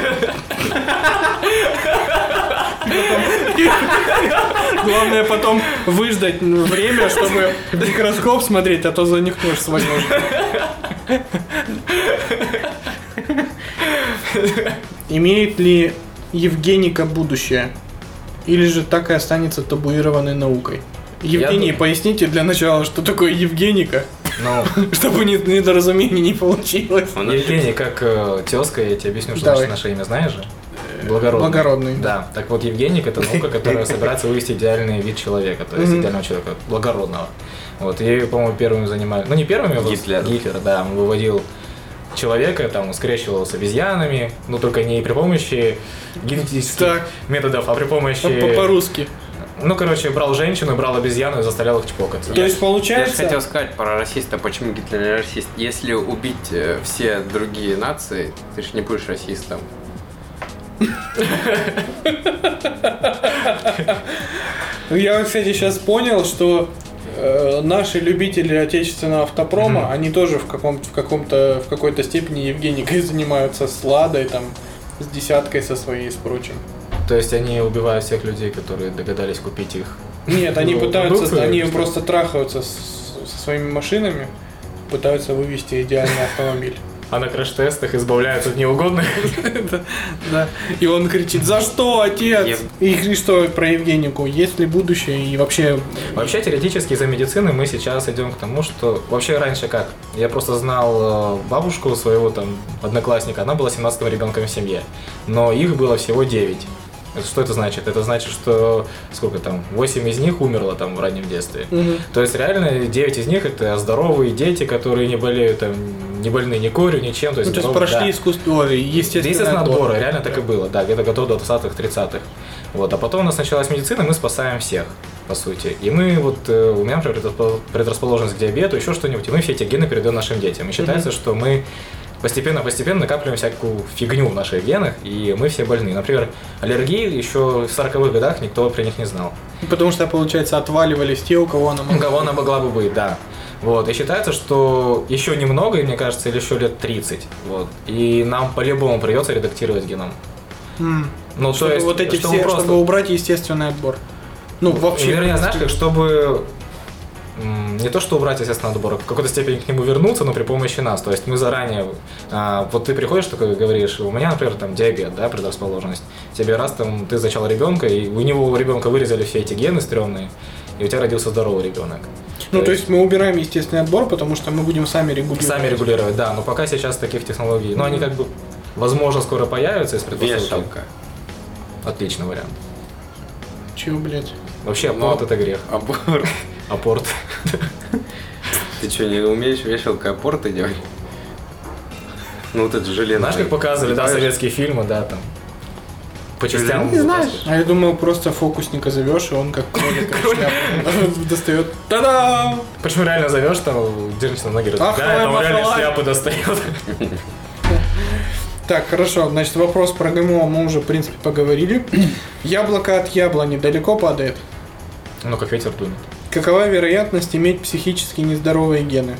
[SPEAKER 3] Главное потом выждать время, чтобы в микроскоп смотреть, а то занюхнешь с возможно. Имеет ли Евгеника будущее? Или же так и останется табуированной наукой? Евгений,
[SPEAKER 2] дум-
[SPEAKER 3] поясните для начала, что такое Евгеника,
[SPEAKER 2] Ну,
[SPEAKER 3] чтобы ни- недоразумений не получилось.
[SPEAKER 1] Он
[SPEAKER 2] Евгений, как э, тезка, я тебе объясню, что
[SPEAKER 3] Давай.
[SPEAKER 2] значит наше имя, знаешь же? Благородный.
[SPEAKER 3] Благородный.
[SPEAKER 2] Да, так вот Евгеник это наука, которая собирается вывести идеальный вид человека, то есть
[SPEAKER 3] Мгм.
[SPEAKER 2] идеального человека, благородного. Вот, ею, по-моему, первыми занимали, ну не первыми, а вот
[SPEAKER 1] Гитлер.
[SPEAKER 2] Гитлер, да, он выводил человека, там, скрещивал с обезьянами, но только не при помощи генетических
[SPEAKER 3] Так.
[SPEAKER 2] методов, а при помощи...
[SPEAKER 3] По- По-русски.
[SPEAKER 2] Ну, короче, брал женщину, брал обезьяну и заставлял их чпокаться.
[SPEAKER 3] То есть
[SPEAKER 1] Я же
[SPEAKER 3] получается...
[SPEAKER 1] хотел сказать про расиста, почему Гитлер не расист. Если убить э, все другие нации, ты же не будешь расистом.
[SPEAKER 3] Я, кстати, сейчас понял, что э, наши любители отечественного автопрома,
[SPEAKER 2] Мгм.
[SPEAKER 3] они тоже в каком в каком-то в какой-то степени Евгеникой занимаются, с Ладой, там, с десяткой со своей, с прочим.
[SPEAKER 2] То есть они убивают всех людей, которые догадались купить их.
[SPEAKER 3] Нет, они
[SPEAKER 2] Ну,
[SPEAKER 3] пытаются,
[SPEAKER 2] продукты
[SPEAKER 3] они
[SPEAKER 2] или что?
[SPEAKER 3] просто трахаются с- со своими машинами, пытаются вывести идеальный автомобиль.
[SPEAKER 2] а на краш-тестах избавляются от неугодных.
[SPEAKER 3] Да. И он кричит: за что, отец? И что про Евгенику? Есть ли будущее и вообще...
[SPEAKER 2] Вообще, теоретически, из-за медицины мы сейчас идем к тому, что... Вообще, раньше как? Я просто знал бабушку своего там одноклассника, она была семнадцатым ребенком в семье, но их было всего девять. Что это значит? Это значит, что сколько там, восемь из них умерло там в раннем детстве. Угу. То есть реально девять из них это здоровые дети, которые не болеют там, не больны ни корью, ничем. То есть,
[SPEAKER 3] ну, то есть
[SPEAKER 2] здоровые,
[SPEAKER 3] прошли
[SPEAKER 2] да.
[SPEAKER 3] искусство, естественно,
[SPEAKER 2] естественно
[SPEAKER 3] отбор.
[SPEAKER 2] отборы, реально так и было, да, где-то готов до двадцатых, тридцатых. Вот, а потом у нас началась медицина, мы спасаем всех, по сути. И мы вот, у меня, например, предрасположенность к диабету, еще что-нибудь, и мы все эти гены передаем нашим детям. И считается, угу. что мы постепенно-постепенно накапливаем всякую фигню в наших генах, и мы все больны. Например, аллергии еще в сороковых годах никто про них не знал.
[SPEAKER 3] Потому что, получается, отваливались те, у кого она могла
[SPEAKER 2] У кого она могла бы быть, да. Вот. И считается, что еще немного, мне кажется, или еще лет тридцать. Вот. И нам по-любому придется редактировать геном.
[SPEAKER 3] Mm.
[SPEAKER 2] Ну,
[SPEAKER 3] чтобы
[SPEAKER 2] то есть,
[SPEAKER 3] вот эти
[SPEAKER 2] чтобы
[SPEAKER 3] все,
[SPEAKER 2] просто...
[SPEAKER 3] чтобы убрать естественный отбор. Ну, вообще.
[SPEAKER 2] Вернее, знаешь, как, чтобы не то, что убрать естественный отбор, а в какой-то степени к нему вернуться, но при помощи нас. То есть мы заранее, а, вот ты приходишь такой и говоришь, у меня, например, там диабет, да, предрасположенность. Тебе раз там ты зачал ребенка, и у него у ребенка вырезали все эти гены стрёмные, и у тебя родился здоровый ребенок.
[SPEAKER 3] Ну, то, то есть, есть мы убираем естественный отбор, потому что мы будем сами регулировать.
[SPEAKER 2] Сами регулировать, да, но пока сейчас таких технологий, но они как бы, возможно, скоро появятся из предпосылок.
[SPEAKER 1] Вешалка.
[SPEAKER 2] Отличный вариант.
[SPEAKER 3] Чего, блядь?
[SPEAKER 2] Вообще, апорт это грех.
[SPEAKER 1] Апорт.
[SPEAKER 2] Апорт.
[SPEAKER 1] Ты что, не умеешь вешалкой апорты делать? Ну вот это железо.
[SPEAKER 2] Знаешь, как показывали, да, советские фильмы, да, там. По частям.
[SPEAKER 3] Не знаешь. А я думал, просто фокусника зовешь, и он как кролик достает. Та-дам!
[SPEAKER 2] Почему реально зовешь, там, держишься на ноги, разбегает, он реально шляпы достает.
[SPEAKER 3] Так, хорошо, значит, вопрос про ГМО мы уже, в принципе, поговорили. Яблоко от яблони далеко падает?
[SPEAKER 2] Ну, как ветер дунет.
[SPEAKER 3] Какова вероятность иметь психически нездоровые гены?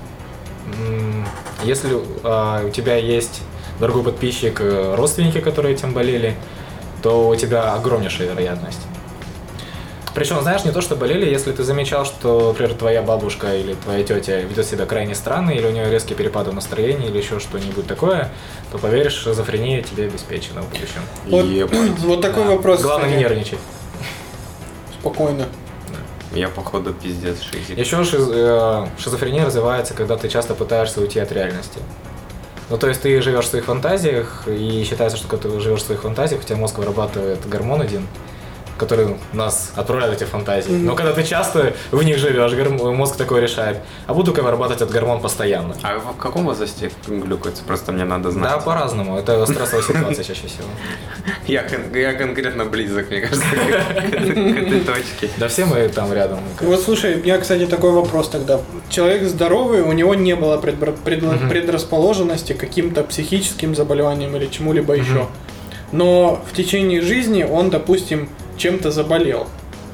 [SPEAKER 2] Если а, у тебя есть дорогой подписчик, родственники, которые этим болели, то у тебя огромнейшая вероятность. Причем, знаешь, не то, что болели, если ты замечал, что, например, твоя бабушка или твоя тетя ведет себя крайне странно, или у нее резкие перепады настроения, или еще что-нибудь такое, то, поверишь, шизофрения тебе обеспечена в будущем.
[SPEAKER 3] Вот, вот такой
[SPEAKER 2] да.
[SPEAKER 3] вопрос.
[SPEAKER 2] Главное не нервничать.
[SPEAKER 3] Спокойно.
[SPEAKER 1] Я, походу, пиздец шизик.
[SPEAKER 2] Еще шиз, э, шизофрения развивается, когда ты часто пытаешься уйти от реальности. Ну, то есть ты живешь в своих фантазиях, и считается, что когда ты живешь в своих фантазиях, у тебя мозг вырабатывает гормон один, который нас отправляет в эти фантазии. Mm-hmm. Но когда ты часто в них живешь, мозг такой решает, а буду-ка вырабатывать этот гормон постоянно.
[SPEAKER 1] А в каком возрасте глюкается? Просто мне надо знать.
[SPEAKER 2] Да, по-разному. Это стрессовая ситуация чаще всего.
[SPEAKER 1] Я, я конкретно близок, мне кажется, к этой точке.
[SPEAKER 2] Да все мы там рядом.
[SPEAKER 3] Вот слушай, у меня, кстати, такой вопрос тогда. Человек здоровый, у него не было предрасположенности к каким-то психическим заболеваниям или чему-либо еще. Но в течение жизни он, допустим, чем-то заболел.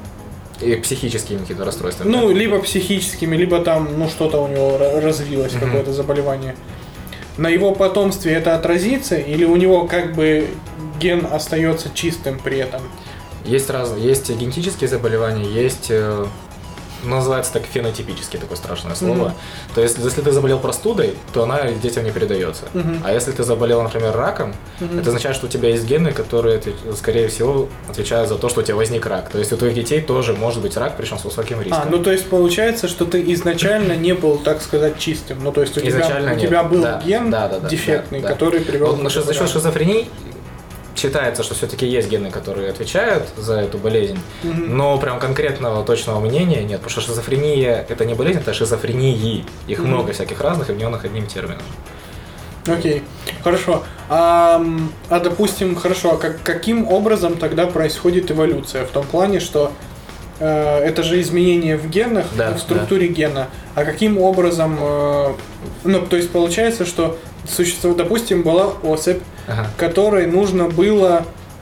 [SPEAKER 2] И психическими какие-то расстройства.
[SPEAKER 3] Ну, либо психическими, либо там, ну, что-то у него развилось, mm-hmm. какое-то заболевание. На его потомстве это отразится, или у него как бы ген остается чистым при этом?
[SPEAKER 2] Есть разные, есть генетические заболевания, есть, называется так, фенотипические, такое страшное слово. Mm-hmm. То есть, если ты заболел простудой, то она детям не передается. Mm-hmm. А если ты заболел, например, раком, mm-hmm. это означает, что у тебя есть гены, которые, скорее всего, отвечают за то, что у тебя возник рак. То есть, у твоих детей тоже может быть рак, причем с высоким риском.
[SPEAKER 3] А, ну то есть, получается, что ты изначально не был, так сказать, чистым. Ну, то есть, у тебя, у тебя был
[SPEAKER 2] да,
[SPEAKER 3] ген
[SPEAKER 2] да, да, да,
[SPEAKER 3] дефектный,
[SPEAKER 2] да, да.
[SPEAKER 3] который привел
[SPEAKER 2] вот, к За счет шизофрении считается, что все-таки есть гены, которые отвечают за эту болезнь, mm-hmm. но прям конкретного точного мнения нет, потому что шизофрения это не болезнь, это шизофрении. Их mm-hmm. много всяких разных, объединенных одним термином.
[SPEAKER 3] Окей, okay. Хорошо. А, а допустим, хорошо, а как, каким образом тогда происходит эволюция? В том плане, что э, это же изменение в генах,
[SPEAKER 2] да,
[SPEAKER 3] в структуре да. гена. А каким образом, э, ну, то есть получается, что существует, допустим, была особь, ага. которой нужно было,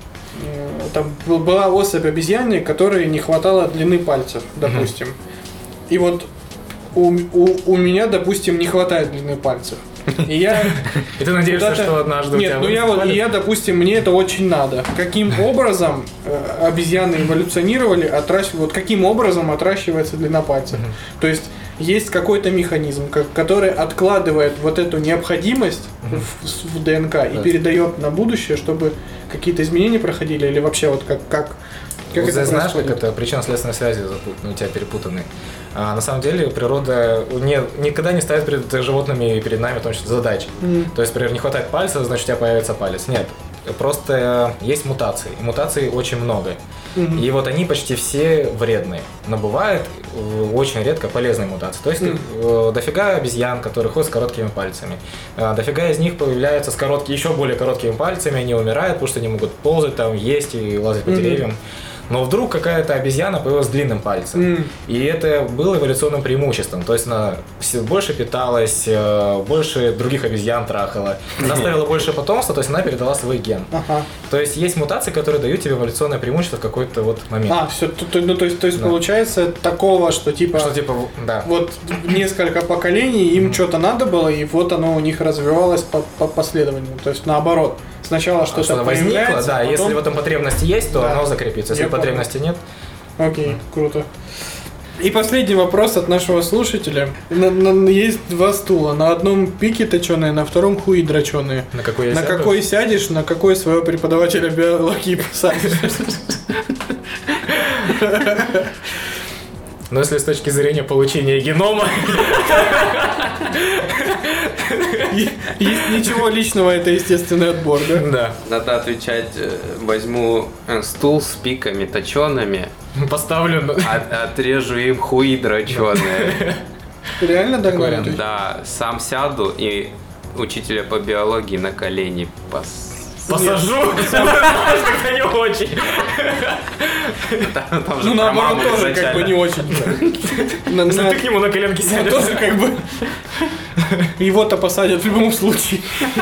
[SPEAKER 3] там была особь обезьяны, которой не хватало длины пальцев, допустим. Угу. И вот у, у, у меня, допустим, не хватает длины пальцев. И я...
[SPEAKER 2] И ты надеешься, что однажды у тебя...
[SPEAKER 3] Нет, ну я вот, я, допустим, мне это очень надо. Каким образом обезьяны эволюционировали, отращивают, вот каким образом отращивается длина пальцев? То есть есть какой-то механизм, как, который откладывает вот эту необходимость mm-hmm. в, в ДНК и yeah. передает на будущее, чтобы какие-то изменения проходили, или вообще вот как... как
[SPEAKER 2] Как вот это знаешь, как это причинно-следственные связи запутаны, у тебя перепутаны. А на самом деле природа не, никогда не ставит перед животными и перед нами в том числе задач. Mm. То есть, например, не хватает пальца, значит у тебя появится палец. Нет. Просто есть мутации. И мутаций очень много. Mm-hmm. И вот они почти все вредные. Но бывает очень редко полезные мутации. То есть mm-hmm. дофига обезьян, которые ходят с короткими пальцами. Дофига из них появляются с короткими, еще более короткими пальцами. Они умирают, потому что они могут ползать, там, есть и лазать по mm-hmm. деревьям. Но вдруг какая-то обезьяна появилась с длинным пальцем. Mm. И это было эволюционным преимуществом. То есть она больше питалась, больше других обезьян трахала. Она оставила больше потомства, то есть она передала свой ген. Uh-huh. То есть есть мутации, которые дают тебе эволюционное преимущество в какой-то вот момент.
[SPEAKER 3] А, все, то, ну, то есть, то есть да. получается такого, что типа,
[SPEAKER 2] что, типа да.
[SPEAKER 3] вот несколько поколений им mm. что-то надо было, и вот оно у них развивалось по, по последовательному. То есть наоборот. Сначала что-то
[SPEAKER 2] что возникло, да, потом... если в этом потребность есть, то да. оно закрепится. Если потребности нет.
[SPEAKER 3] Окей, mm. круто. И последний вопрос от нашего слушателя. На, на, есть два стула. На одном пике точеные, на втором хуи дроченые.
[SPEAKER 2] На какой я
[SPEAKER 3] На
[SPEAKER 2] сяду?
[SPEAKER 3] какой сядешь, на какой своего преподавателя биологии посадишь?
[SPEAKER 2] Но если с точки зрения получения генома...
[SPEAKER 3] Есть ничего личного, это естественный отбор, да?
[SPEAKER 2] Да.
[SPEAKER 1] Надо отвечать, возьму стул с пиками точеными.
[SPEAKER 2] Поставлю.
[SPEAKER 1] От, отрежу им хуи дроченые.
[SPEAKER 3] Реально догнали?
[SPEAKER 1] Да, сам сяду и учителя по биологии на колени пос...
[SPEAKER 2] Посажу? Это не очень.
[SPEAKER 3] Ну, наоборот, тоже как бы не очень.
[SPEAKER 2] Если ты к нему на коленке сядешь.
[SPEAKER 3] Тоже как бы... Его-то посадят в любом случае.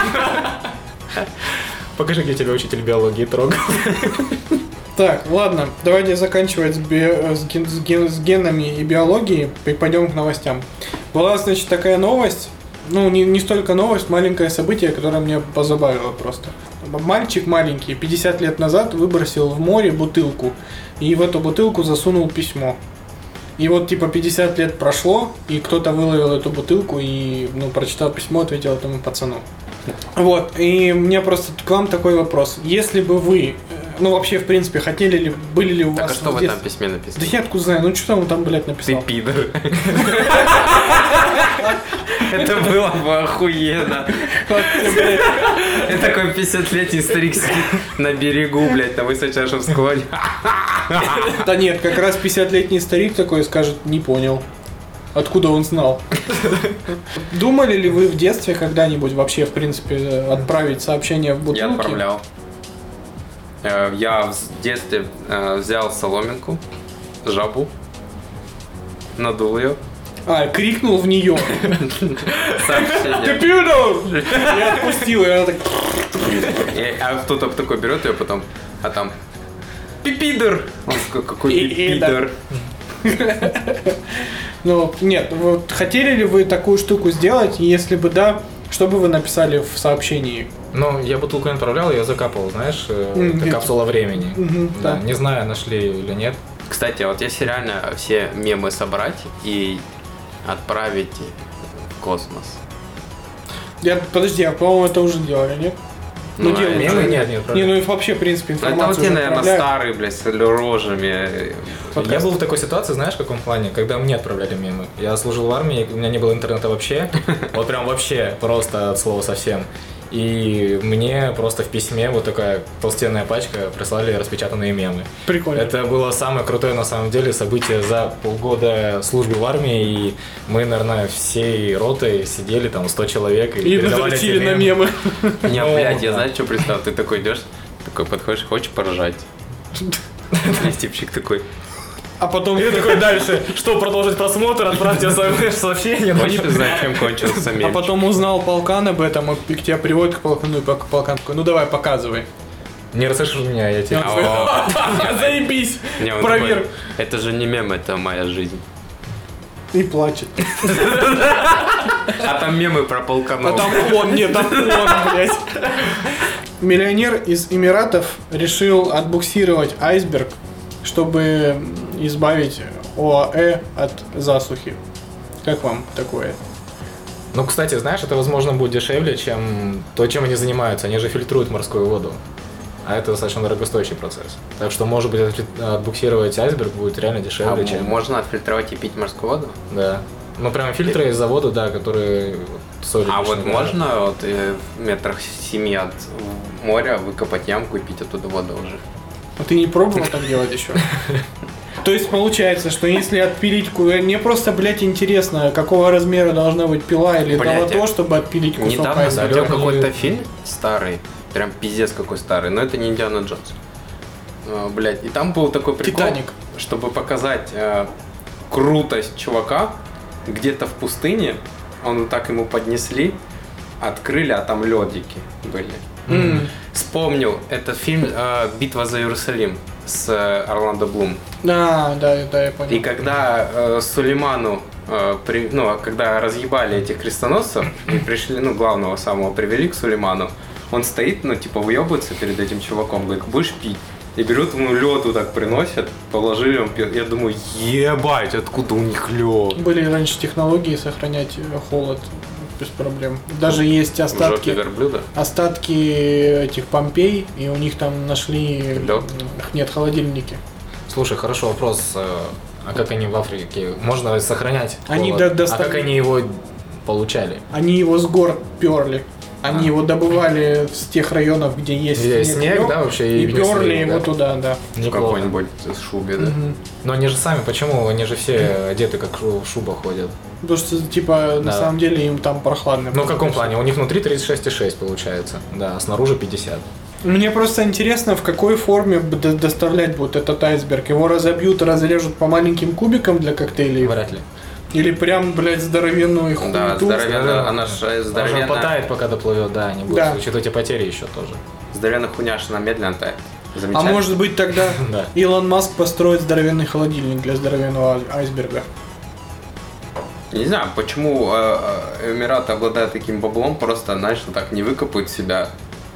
[SPEAKER 2] Покажи, где тебя учитель биологии трогал.
[SPEAKER 3] Так, ладно, давайте заканчивать с, би... с, ген... с, ген... с генами и биологией и пойдем к новостям. Была, значит, такая новость, ну, не, не столько новость, маленькое событие, которое меня позабавило просто. Мальчик маленький пятьдесят лет назад выбросил в море бутылку, и в эту бутылку засунул письмо. И вот типа пятьдесят лет прошло, и кто-то выловил эту бутылку и, ну, прочитал письмо, ответил этому пацану. Вот, и у меня просто к вам такой вопрос. Если бы вы, ну вообще в принципе, хотели ли, были ли у вас...
[SPEAKER 1] Так а что в этом письме написано?
[SPEAKER 3] Да я откуда знаю, ну что там он там, блядь, написал?
[SPEAKER 1] Ты пидор. Это было бы охуенно. Это такой пятидесятилетний старик сидит на берегу, блядь, на высочайшем склоне.
[SPEAKER 3] Да нет, как раз пятидесятилетний старик такой скажет, не понял. Откуда он знал? Думали ли вы в детстве когда-нибудь вообще, в принципе, отправить сообщение в бутылке?
[SPEAKER 1] Я отправлял. Я в детстве взял соломинку, жабу, надул ее.
[SPEAKER 3] А, крикнул в нее. Ты пидор! Я отпустил, и она так...
[SPEAKER 1] А кто-то такой берет ее потом, а там... Пипидор! Он такой, какой пипидор?
[SPEAKER 3] Ну, нет, вот хотели ли вы такую штуку сделать? Если бы да, что бы вы написали в сообщении?
[SPEAKER 2] Ну, я бутылку не отправлял, я закапывал, знаешь, mm, это капсула времени. Mm-hmm, да. Да. Не знаю, нашли или нет.
[SPEAKER 1] Кстати, вот если реально все мемы собрать и отправить в космос.
[SPEAKER 3] Я, подожди, а по-моему это уже делали, нет?
[SPEAKER 1] Ну, ну делали.
[SPEAKER 2] Мемы нет, нет.
[SPEAKER 3] Не, ну и вообще, в принципе, информацию.
[SPEAKER 1] Это вот те, наверное, старые, блядь, с рожами.
[SPEAKER 2] Я был в такой ситуации, знаешь, в каком плане, когда мне отправляли мемы. Я служил в армии, у меня не было интернета вообще. Вот прям вообще, просто от слова совсем. И мне просто в письме вот такая толстенная пачка прислали распечатанные мемы.
[SPEAKER 3] Прикольно.
[SPEAKER 2] Это было самое крутое на самом деле событие за полгода службы в армии. И мы, наверное, всей ротой сидели там сто человек и,
[SPEAKER 3] и
[SPEAKER 2] передавали эти
[SPEAKER 3] мемы. на мемы.
[SPEAKER 1] Не, блядь, я знаю, что представил. Ты такой идешь, такой подходишь, хочешь поржать? Типчик такой.
[SPEAKER 3] А потом
[SPEAKER 2] я такой дальше, что, продолжить просмотр, отправьте сообщение.
[SPEAKER 1] Хочешь знать, чем кончился мемчик?
[SPEAKER 3] А потом узнал полкан об этом, и к тебе приводит к полкану, и полкан такой, ну давай, показывай.
[SPEAKER 2] Не расслышишь меня, я тебе...
[SPEAKER 3] Заебись, проверь.
[SPEAKER 1] Это же не мем, это моя жизнь.
[SPEAKER 3] И плачет.
[SPEAKER 1] А там мемы про полканов.
[SPEAKER 3] А там он, нет, там он, блядь. Миллионер из Эмиратов решил отбуксировать айсберг, чтобы избавить ОАЭ от засухи. Как вам такое?
[SPEAKER 2] Ну, кстати, знаешь, это, возможно, будет дешевле, чем то, чем они занимаются. Они же фильтруют морскую воду. А это достаточно дорогостоящий процесс. Так что, может быть, отбуксировать айсберг будет реально дешевле,
[SPEAKER 1] А
[SPEAKER 2] чем...
[SPEAKER 1] можно отфильтровать и пить морскую воду?
[SPEAKER 2] Да. Ну, прямо фильтры из завода, да, которые соли.
[SPEAKER 1] А вот
[SPEAKER 2] лишние, да.
[SPEAKER 1] можно вот, э, в метрах семи от моря выкопать ямку и пить оттуда воду уже?
[SPEAKER 3] А ты не пробовал так делать еще? То есть получается, что если отпилить... ку- Мне просто, блядь, интересно, какого размера должна быть пила или
[SPEAKER 1] Блядь,
[SPEAKER 3] долото, чтобы отпилить кусок
[SPEAKER 1] Недавно
[SPEAKER 3] айсберга.
[SPEAKER 1] смотрел
[SPEAKER 2] Далёкий-
[SPEAKER 1] какой-то фильм старый, прям пиздец какой старый, но это не Индиана Джонс. А, блядь, и там был такой прикол,
[SPEAKER 3] Титаник.
[SPEAKER 1] чтобы показать э, крутость чувака, где-то в пустыне, он вот так ему поднесли, открыли, а там ледики были.
[SPEAKER 3] М.
[SPEAKER 1] Вспомнил, этот фильм э, «Битва за Иерусалим» с э, Орландо Блум.
[SPEAKER 3] Да, да, да, я понял.
[SPEAKER 1] И когда э, Сулейману, э, при, ну, а когда разъебали этих крестоносцев и пришли, ну, главного самого привели к Сулейману, он стоит, ну, типа, выебывается перед этим чуваком, говорит, будешь пить? И берут ему лед вот так приносят, положили, он пьет. Я думаю, ебать, откуда у них лед?
[SPEAKER 3] Были раньше технологии сохранять э, холод без проблем. Даже есть
[SPEAKER 1] В жопе
[SPEAKER 3] остатки,
[SPEAKER 1] верблюда?
[SPEAKER 3] остатки этих Помпей, и у них там нашли...
[SPEAKER 1] Лёд?
[SPEAKER 3] Нет, холодильники.
[SPEAKER 2] Слушай, хороший вопрос. А как они в Африке? Можно сохранять
[SPEAKER 3] Они
[SPEAKER 2] холод?
[SPEAKER 3] до- доставили-
[SPEAKER 2] А как они его получали?
[SPEAKER 3] Они его с гор перли. Они
[SPEAKER 2] А.
[SPEAKER 3] его добывали с тех районов, где есть
[SPEAKER 2] Где есть снег,
[SPEAKER 3] лёг,
[SPEAKER 2] да, вообще, и
[SPEAKER 3] и
[SPEAKER 2] несли
[SPEAKER 3] перли
[SPEAKER 2] его,
[SPEAKER 3] его
[SPEAKER 2] да?
[SPEAKER 3] туда, да.
[SPEAKER 1] В
[SPEAKER 2] Неплохо.
[SPEAKER 1] какой-нибудь шубе, да?
[SPEAKER 3] Мгм.
[SPEAKER 2] Но они же сами, почему? Они же все одеты как шу- в шубах ходят.
[SPEAKER 3] Потому что, типа, на
[SPEAKER 2] Да.
[SPEAKER 3] самом деле им там прохладно.
[SPEAKER 2] Ну, в каком
[SPEAKER 3] просто.
[SPEAKER 2] плане? У них внутри тридцать шесть и шесть получается. Да, а снаружи пятьдесят.
[SPEAKER 3] Мне просто интересно, в какой форме б- до- доставлять будут этот айсберг. Его разобьют и разрежут по маленьким кубикам для коктейлей?
[SPEAKER 2] Вряд ли.
[SPEAKER 3] Или прям, блядь, здоровенную хуйту?
[SPEAKER 1] Да, здоровенно,
[SPEAKER 2] Да.
[SPEAKER 1] она же
[SPEAKER 2] Она же
[SPEAKER 1] здоровенно,
[SPEAKER 2] потает, пока доплывет, да, они будут
[SPEAKER 3] Да.
[SPEAKER 2] учитывать и потери еще тоже.
[SPEAKER 1] здоровенно хуйняш, она медленно тает.
[SPEAKER 3] А
[SPEAKER 1] Замечательно.
[SPEAKER 3] может быть тогда
[SPEAKER 2] Да.
[SPEAKER 3] Илон Маск построит здоровенный холодильник для здоровенного ай- айсберга?
[SPEAKER 1] Не знаю, почему э, э, Эмираты обладают таким баблом, просто, знаешь, вот так не выкопают себя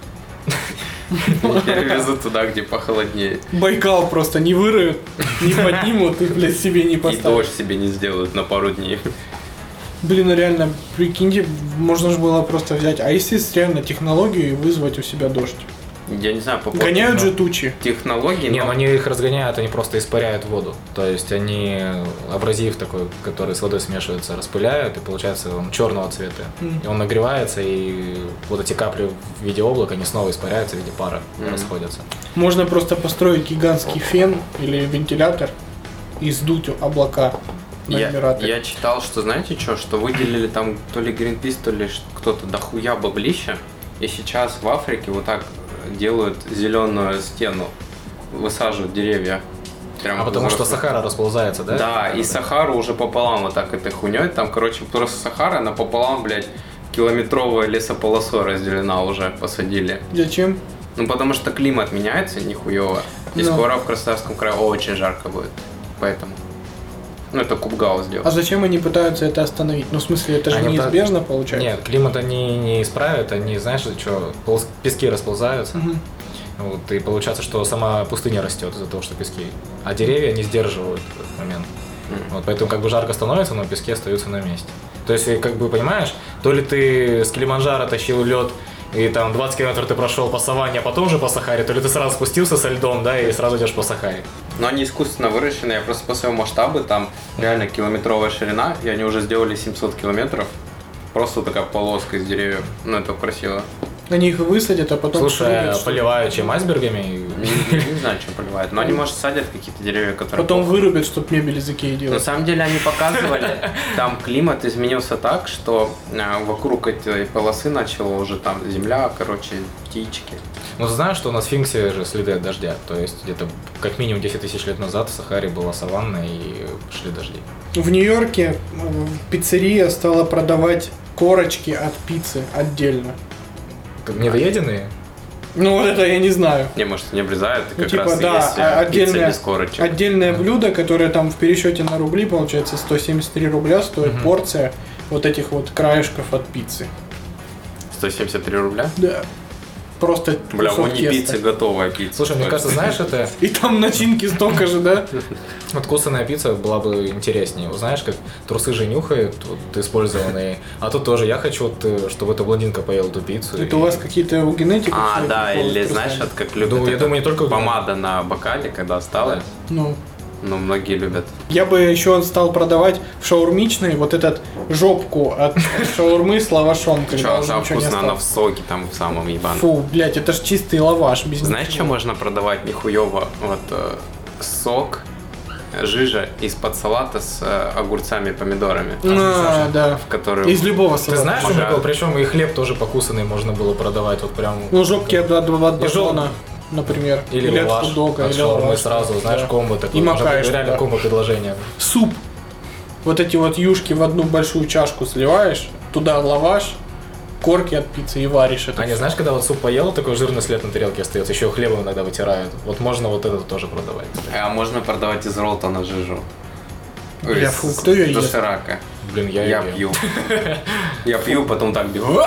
[SPEAKER 1] и перевезут туда, где похолоднее.
[SPEAKER 3] Байкал просто не выроют, не поднимут и, блядь, себе не
[SPEAKER 1] И
[SPEAKER 3] поставят.
[SPEAKER 1] дождь себе не сделают на пару дней.
[SPEAKER 3] Блин, ну реально, прикиньте, можно же было просто взять, а если реально технологию и вызвать у себя дождь?
[SPEAKER 1] Я не знаю, по поводу
[SPEAKER 3] Гоняют же тучи.
[SPEAKER 1] технологий,
[SPEAKER 2] Не,
[SPEAKER 1] но
[SPEAKER 2] но они их разгоняют, они просто испаряют воду. То есть они абразив такой, который с водой смешивается, распыляют, и получается он черного цвета.
[SPEAKER 3] Мгм.
[SPEAKER 2] И он нагревается, и вот эти капли в виде облака, они снова испаряются в виде пара,
[SPEAKER 1] Мгм.
[SPEAKER 2] расходятся.
[SPEAKER 3] Можно просто построить гигантский фен или вентилятор и сдуть облака на
[SPEAKER 1] я,
[SPEAKER 3] Эмираты.
[SPEAKER 1] я читал, что знаете что, что выделили там то ли Greenpeace, то ли ш- кто-то дохуя баблища, и сейчас в Африке вот так делают зеленую стену, высаживают деревья. Прям
[SPEAKER 2] А потому что
[SPEAKER 1] взрослые.
[SPEAKER 2] Сахара расползается, да?
[SPEAKER 1] Да, и Сахару уже пополам вот так этой хуйней. Там, короче, просто Сахара напополам, блядь, километровая лесополосой разделена уже, посадили.
[SPEAKER 3] Зачем?
[SPEAKER 1] Ну, потому что климат меняется нихуево. И
[SPEAKER 3] Ну.
[SPEAKER 1] скоро в Краснодарском крае очень жарко будет. Поэтому. Ну, это Кубгау сделал.
[SPEAKER 3] А зачем они пытаются это остановить? Ну, в смысле, это же
[SPEAKER 2] Они пыта-
[SPEAKER 3] неизбежно получается?
[SPEAKER 2] Нет, климат они не исправят, они, знаешь, что, полз- пески расползаются.
[SPEAKER 3] Мгм.
[SPEAKER 2] Вот, и получается, что сама пустыня растет из-за того, что пески. А деревья не сдерживают этот момент.
[SPEAKER 1] Мгм.
[SPEAKER 2] Вот, поэтому как бы жарко становится, но пески остаются на месте. То есть, и как бы понимаешь, то ли ты с Килиманджаро тащил лед, и там двадцать километров ты прошел по саванне, а потом уже по Сахаре, то ли ты сразу спустился со льдом, да, и сразу идешь по Сахаре.
[SPEAKER 1] Но они искусственно выращены, я просто по своему масштабу, там реально километровая ширина, и они уже сделали семьсот километров. Просто такая полоска из деревьев. Ну, это красиво.
[SPEAKER 3] Они их высадят, а потом
[SPEAKER 2] Слушай,
[SPEAKER 3] срубят,
[SPEAKER 2] а
[SPEAKER 3] что ли?
[SPEAKER 2] поливают чем айсбергами?
[SPEAKER 1] Не, не- не знаю, чем поливают. Но они, может, садят какие-то деревья, которые...
[SPEAKER 3] Потом
[SPEAKER 1] плохо.
[SPEAKER 3] вырубят, чтобы мебель из Икеи
[SPEAKER 1] На
[SPEAKER 3] делать.
[SPEAKER 1] самом деле они показывали, там климат изменился так, что э, вокруг этой полосы начала уже там земля, короче, птички.
[SPEAKER 2] Ну, ты знаешь, что на Сфинксе же следы от дождя. То есть где-то как минимум десять тысяч лет назад в Сахаре была саванна и шли дожди.
[SPEAKER 3] В Нью-Йорке э, пиццерия стала продавать корочки от пиццы отдельно.
[SPEAKER 2] Как недоеденные?
[SPEAKER 3] Ну, вот это я не знаю.
[SPEAKER 1] Не, может, не обрезают, и
[SPEAKER 3] Ну,
[SPEAKER 1] как
[SPEAKER 3] типа,
[SPEAKER 1] раз и
[SPEAKER 3] да,
[SPEAKER 1] есть
[SPEAKER 3] а-
[SPEAKER 1] э, пицца
[SPEAKER 3] отдельная-
[SPEAKER 1] без корочек.
[SPEAKER 3] Отдельное блюдо, которое там в пересчете на рубли, получается, сто семьдесят три рубля стоит
[SPEAKER 2] Мгм.
[SPEAKER 3] порция вот этих вот краешков от пиццы.
[SPEAKER 1] сто семьдесят три рубля?
[SPEAKER 3] Да. просто
[SPEAKER 1] Бля,
[SPEAKER 3] кусок
[SPEAKER 1] вон не
[SPEAKER 3] теста.
[SPEAKER 1] пицца, готовая пицца.
[SPEAKER 2] Слушай, мне кажется, знаешь, это
[SPEAKER 3] И там начинки столько же, да?
[SPEAKER 2] вот кусанная пицца была бы интереснее. Знаешь, как трусы же нюхают, вот, использованные. А тут тоже я хочу, вот, э, чтобы эта блондинка поела эту пиццу.
[SPEAKER 3] Это
[SPEAKER 2] и-
[SPEAKER 3] у вас какие-то у генетиков?
[SPEAKER 1] А,
[SPEAKER 3] всяких
[SPEAKER 1] да,
[SPEAKER 3] приколы
[SPEAKER 1] или
[SPEAKER 3] с
[SPEAKER 1] знаешь,
[SPEAKER 3] трусами?
[SPEAKER 1] вот как любят
[SPEAKER 2] Думаю, я
[SPEAKER 1] это,
[SPEAKER 2] думаю, не только у
[SPEAKER 1] помада на бокале, когда осталась.
[SPEAKER 3] Ну,
[SPEAKER 1] Ну, многие любят.
[SPEAKER 3] я бы еще стал продавать в шаурмичной вот этот жопку от шаурмы с лавашом, когда
[SPEAKER 1] Чё,
[SPEAKER 3] уже
[SPEAKER 1] она
[SPEAKER 3] ничего не
[SPEAKER 1] вкусно, она в
[SPEAKER 3] осталось.
[SPEAKER 1] соке там в самом ебаном.
[SPEAKER 3] Фу, блядь, это ж чистый лаваш без
[SPEAKER 1] Знаешь, что
[SPEAKER 3] ничего.
[SPEAKER 1] можно продавать нихуево? Вот э, сок, жижа из-под салата с э, огурцами и помидорами,
[SPEAKER 3] А, да.
[SPEAKER 1] в который...
[SPEAKER 3] Из любого
[SPEAKER 2] Ты
[SPEAKER 3] салата.
[SPEAKER 2] знаешь, что
[SPEAKER 1] Можно.
[SPEAKER 2] прикол? Причем и хлеб тоже покусанный можно было продавать, вот прям.
[SPEAKER 3] Ну, жопки от, от, от
[SPEAKER 2] И жёл-
[SPEAKER 3] батона, например.
[SPEAKER 2] Или
[SPEAKER 3] от
[SPEAKER 2] лаваш
[SPEAKER 3] хот-дога,
[SPEAKER 2] от
[SPEAKER 3] или
[SPEAKER 2] шаурмы
[SPEAKER 3] лаваш.
[SPEAKER 2] сразу, знаешь,
[SPEAKER 3] Да.
[SPEAKER 2] комбо такое.
[SPEAKER 3] И
[SPEAKER 2] Может быть,
[SPEAKER 3] макаешь
[SPEAKER 2] реально
[SPEAKER 3] туда.
[SPEAKER 2] комбо предложение.
[SPEAKER 3] Суп. Вот эти вот юшки в одну большую чашку сливаешь, туда лаваш, корки от пиццы и варишь это.
[SPEAKER 2] А не знаешь, когда вот суп поел, такой жирный след на тарелке остается, еще хлебом иногда вытирают. Вот можно вот это тоже продавать.
[SPEAKER 1] А можно продавать из Ролтона жижу.
[SPEAKER 3] Бля,
[SPEAKER 1] Из
[SPEAKER 3] фу, кто её ест?
[SPEAKER 1] доширака.
[SPEAKER 2] Блин, я,
[SPEAKER 1] Я
[SPEAKER 2] её ем.
[SPEAKER 1] пью. Я пью, потом так бегу.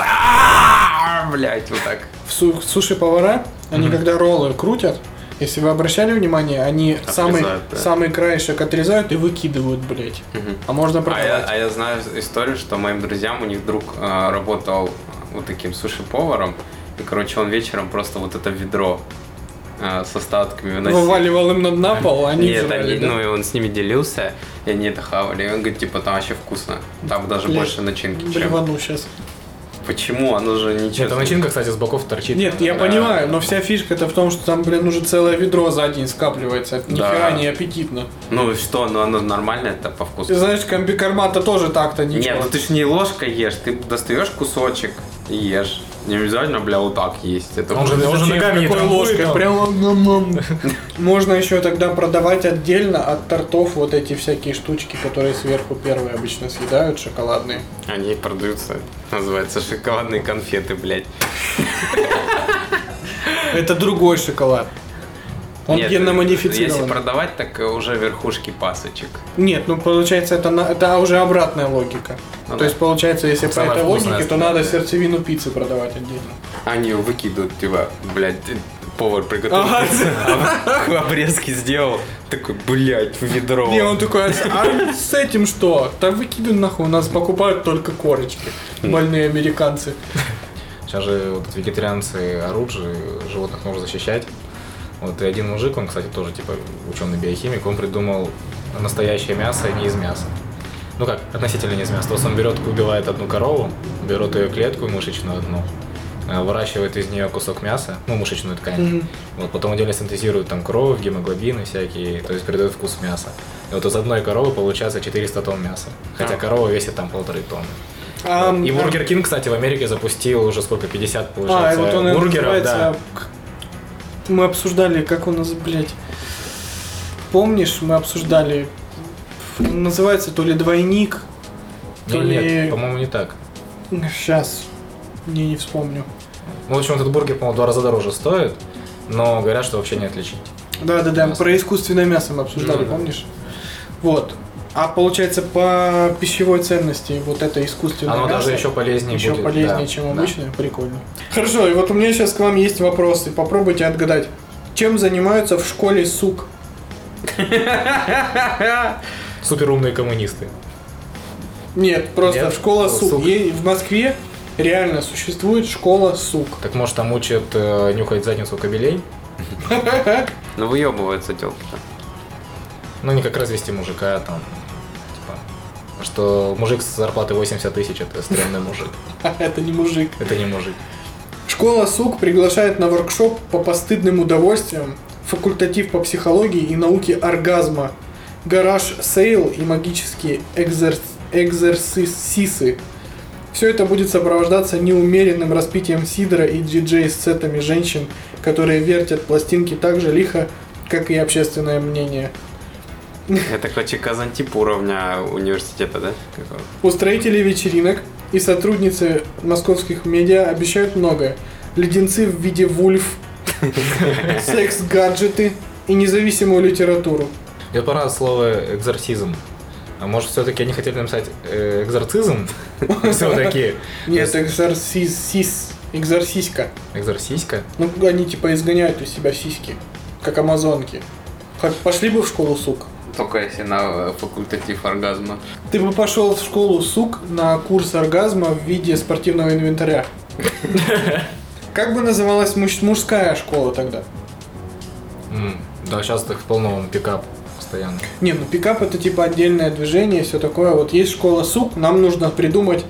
[SPEAKER 1] Блять, вот так.
[SPEAKER 3] В су- суши-повара, они когда роллы крутят, если вы обращали внимание, они самый,
[SPEAKER 1] Отрезают, да.
[SPEAKER 3] самый краешек отрезают и выкидывают, блядь. А можно
[SPEAKER 1] А я,
[SPEAKER 3] продавать.
[SPEAKER 1] а я знаю историю, что моим друзьям, у них друг э, работал вот таким суши-поваром, и, короче, он вечером просто вот это ведро э, с остатками выносил.
[SPEAKER 3] Вываливал им на, на пол, а они
[SPEAKER 1] Нет,
[SPEAKER 3] жрали,
[SPEAKER 1] они,
[SPEAKER 3] да?
[SPEAKER 1] ну и он с ними делился, и они это хавали. И он говорит, типа, там вообще вкусно. Там даже
[SPEAKER 3] Блядь,
[SPEAKER 1] больше начинки, чем...
[SPEAKER 3] Блевану сейчас.
[SPEAKER 1] Почему? Оно же ничего...
[SPEAKER 2] Эта начинка, кстати, с боков торчит.
[SPEAKER 3] Нет, я
[SPEAKER 1] Да.
[SPEAKER 3] понимаю, но вся фишка-то в том, что там, блин, уже целое ведро за день скапливается. Это
[SPEAKER 1] Да.
[SPEAKER 3] нихера не аппетитно.
[SPEAKER 1] Ну и что, ну оно нормально это по вкусу?
[SPEAKER 3] Ты знаешь, комбикармат-то тоже так-то ничего.
[SPEAKER 1] Нет, ну ты ж не ложкой ешь, ты достаешь кусочек и ешь. Не обязательно, бля, вот так есть. Это
[SPEAKER 2] Он же-
[SPEAKER 1] вкусно.
[SPEAKER 2] он же
[SPEAKER 3] Зачем?
[SPEAKER 2] ногами не
[SPEAKER 3] Какой
[SPEAKER 2] трамбует
[SPEAKER 3] ложкой?
[SPEAKER 2] там.
[SPEAKER 3] Прямо нам-нам. Можно еще тогда продавать отдельно от тортов вот эти всякие штучки, которые сверху первые обычно съедают, шоколадные.
[SPEAKER 1] Они продаются, называется, шоколадные конфеты, блядь.
[SPEAKER 3] Это другой шоколад. Он
[SPEAKER 1] Нет,
[SPEAKER 3] генно
[SPEAKER 1] Если
[SPEAKER 3] модифицирован.
[SPEAKER 1] продавать, так уже верхушки пасочек.
[SPEAKER 3] Нет, ну получается это, на- это уже обратная логика.
[SPEAKER 1] Ну
[SPEAKER 3] То
[SPEAKER 1] да.
[SPEAKER 3] есть получается, если по
[SPEAKER 2] Самая
[SPEAKER 3] этой
[SPEAKER 2] вкусная
[SPEAKER 3] логике, то
[SPEAKER 2] страна,
[SPEAKER 3] надо
[SPEAKER 2] да.
[SPEAKER 3] сердцевину пиццы продавать отдельно.
[SPEAKER 1] Они ее выкидывают, типа, блядь, ты- повар приготовил
[SPEAKER 3] Ага.
[SPEAKER 1] пиццу, обрезки сделал. Такой, блядь, в ведро.
[SPEAKER 3] Не, он такой, а с- а с этим что? Так выкидывай нахуй, у нас покупают только корочки. Больные американцы.
[SPEAKER 2] Сейчас же вот вегетарианцы орут же, животных нужно защищать. Вот и один мужик, он, кстати, тоже типа ученый биохимик, он придумал настоящее мясо не из мяса. Ну как, относительно не из мяса. То есть он берет, убивает одну корову, берет ее клетку мышечную одну, э, выращивает из нее кусок мяса, ну мышечную ткань.
[SPEAKER 3] Мгм.
[SPEAKER 2] Вот потом отдельно синтезирует там кровь, гемоглобины всякие, то есть передает вкус мяса. И вот из одной коровы получается четыреста тонн мяса. Хотя
[SPEAKER 1] А.
[SPEAKER 2] корова весит там полторы тонны.
[SPEAKER 3] А,
[SPEAKER 2] И
[SPEAKER 3] а-
[SPEAKER 2] Бургер Кинг, кстати, в Америке запустил уже сколько, пятьдесят,
[SPEAKER 3] А, и
[SPEAKER 2] получается,
[SPEAKER 3] вот он и
[SPEAKER 2] бургеров,
[SPEAKER 3] называется...
[SPEAKER 2] да.
[SPEAKER 3] к- Мы обсуждали, как он называется, блядь. Помнишь, мы обсуждали... Он называется то ли двойник, то
[SPEAKER 2] Не,
[SPEAKER 3] ли...
[SPEAKER 2] нет, по-моему, не так.
[SPEAKER 3] Сейчас. Не, не вспомню.
[SPEAKER 2] Ну, в общем, этот бургер, по-моему, в два раза дороже стоит, но говорят, что вообще не отличить.
[SPEAKER 3] Да-да-да,
[SPEAKER 2] Ясно.
[SPEAKER 3] про искусственное мясо мы обсуждали,
[SPEAKER 2] Ну да.
[SPEAKER 3] помнишь? Вот. А получается, по пищевой ценности вот это искусственное
[SPEAKER 2] Оно
[SPEAKER 3] мясо
[SPEAKER 2] даже еще полезнее
[SPEAKER 3] еще
[SPEAKER 2] будет.
[SPEAKER 3] полезнее,
[SPEAKER 2] да,
[SPEAKER 3] чем
[SPEAKER 2] да.
[SPEAKER 3] обычное. Прикольно. Хорошо, и вот у меня сейчас к вам есть вопросы. Попробуйте отгадать. Чем занимаются в школе сук?
[SPEAKER 2] Суперумные коммунисты.
[SPEAKER 3] Нет, просто
[SPEAKER 2] Нет?
[SPEAKER 3] школа
[SPEAKER 2] Сук.
[SPEAKER 3] сук. Е- В Москве реально существует школа сук.
[SPEAKER 2] Так может там учат э, нюхать задницу кобелей?
[SPEAKER 1] Ну выебываются телки-то.
[SPEAKER 2] Ну, не как развести мужика, а там, типа, что мужик с зарплатой восемьдесят тысяч это стрёмный мужик.
[SPEAKER 3] Это не мужик.
[SPEAKER 2] Это не мужик.
[SPEAKER 3] Школа сук приглашает на воркшоп по постыдным удовольствиям, факультатив по психологии и науке оргазма, гараж сейл и магические экзер... экзерсисы. Все это будет сопровождаться неумеренным распитием сидра и диджей-сетами женщин, которые вертят пластинки так же лихо, как и общественное мнение.
[SPEAKER 1] Это короче казантип уровня университета, да? Какого?
[SPEAKER 3] Устроители вечеринок и сотрудницы московских медиа обещают многое. Леденцы в виде вульф, секс-гаджеты и независимую литературу.
[SPEAKER 2] Мне понравилось слово экзорсизм. А может, все-таки они хотели написать э, экзорцизм? Все-таки.
[SPEAKER 3] Нет, экзорсис. Экзорсиська.
[SPEAKER 2] Экзорсиська?
[SPEAKER 3] Ну, они типа изгоняют из себя сиськи, как амазонки. Хоть пошли бы в школу сук.
[SPEAKER 1] Только если на факультатив оргазма.
[SPEAKER 3] Ты бы пошел в школу сук на курс оргазма в виде спортивного инвентаря. Как бы называлась муж- мужская школа тогда?
[SPEAKER 2] М, Да, сейчас так полно пикап постоянно.
[SPEAKER 3] Не, ну пикап это типа отдельное движение, все такое. Вот есть школа сук, нам нужно придумать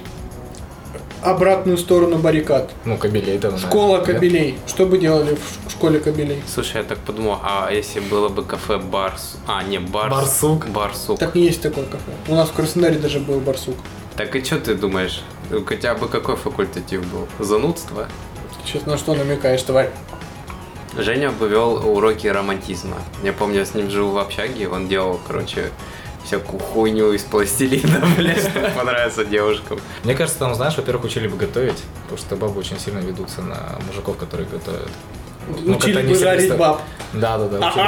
[SPEAKER 3] обратную сторону баррикад.
[SPEAKER 2] Ну, кабелей там.
[SPEAKER 3] Школа
[SPEAKER 2] наверное,
[SPEAKER 3] кабелей. Что бы делали в школе кабелей?
[SPEAKER 1] Слушай, я так подумал, а если было бы кафе Барс... А, не, Барс...
[SPEAKER 2] Барсук.
[SPEAKER 1] Барсук.
[SPEAKER 3] Так есть такое кафе. У нас в Краснодаре даже был барсук.
[SPEAKER 1] Так и что ты думаешь? У тебя бы какой факультатив был? Занудство?
[SPEAKER 3] Сейчас на что намекаешь, тварь?
[SPEAKER 1] Женя бы вел уроки романтизма. Я помню, я с ним жил в общаге, он делал, короче, всякую хуйню из пластилина, блядь, чтобы понравиться девушкам.
[SPEAKER 2] Мне кажется, там, знаешь, во-первых, учили бы готовить, потому что бабы очень сильно ведутся на мужиков, которые готовят. Ну,
[SPEAKER 3] Учили
[SPEAKER 2] как-то
[SPEAKER 3] бы
[SPEAKER 2] они
[SPEAKER 3] жарить
[SPEAKER 2] себе
[SPEAKER 3] баб.
[SPEAKER 2] Да, да, да.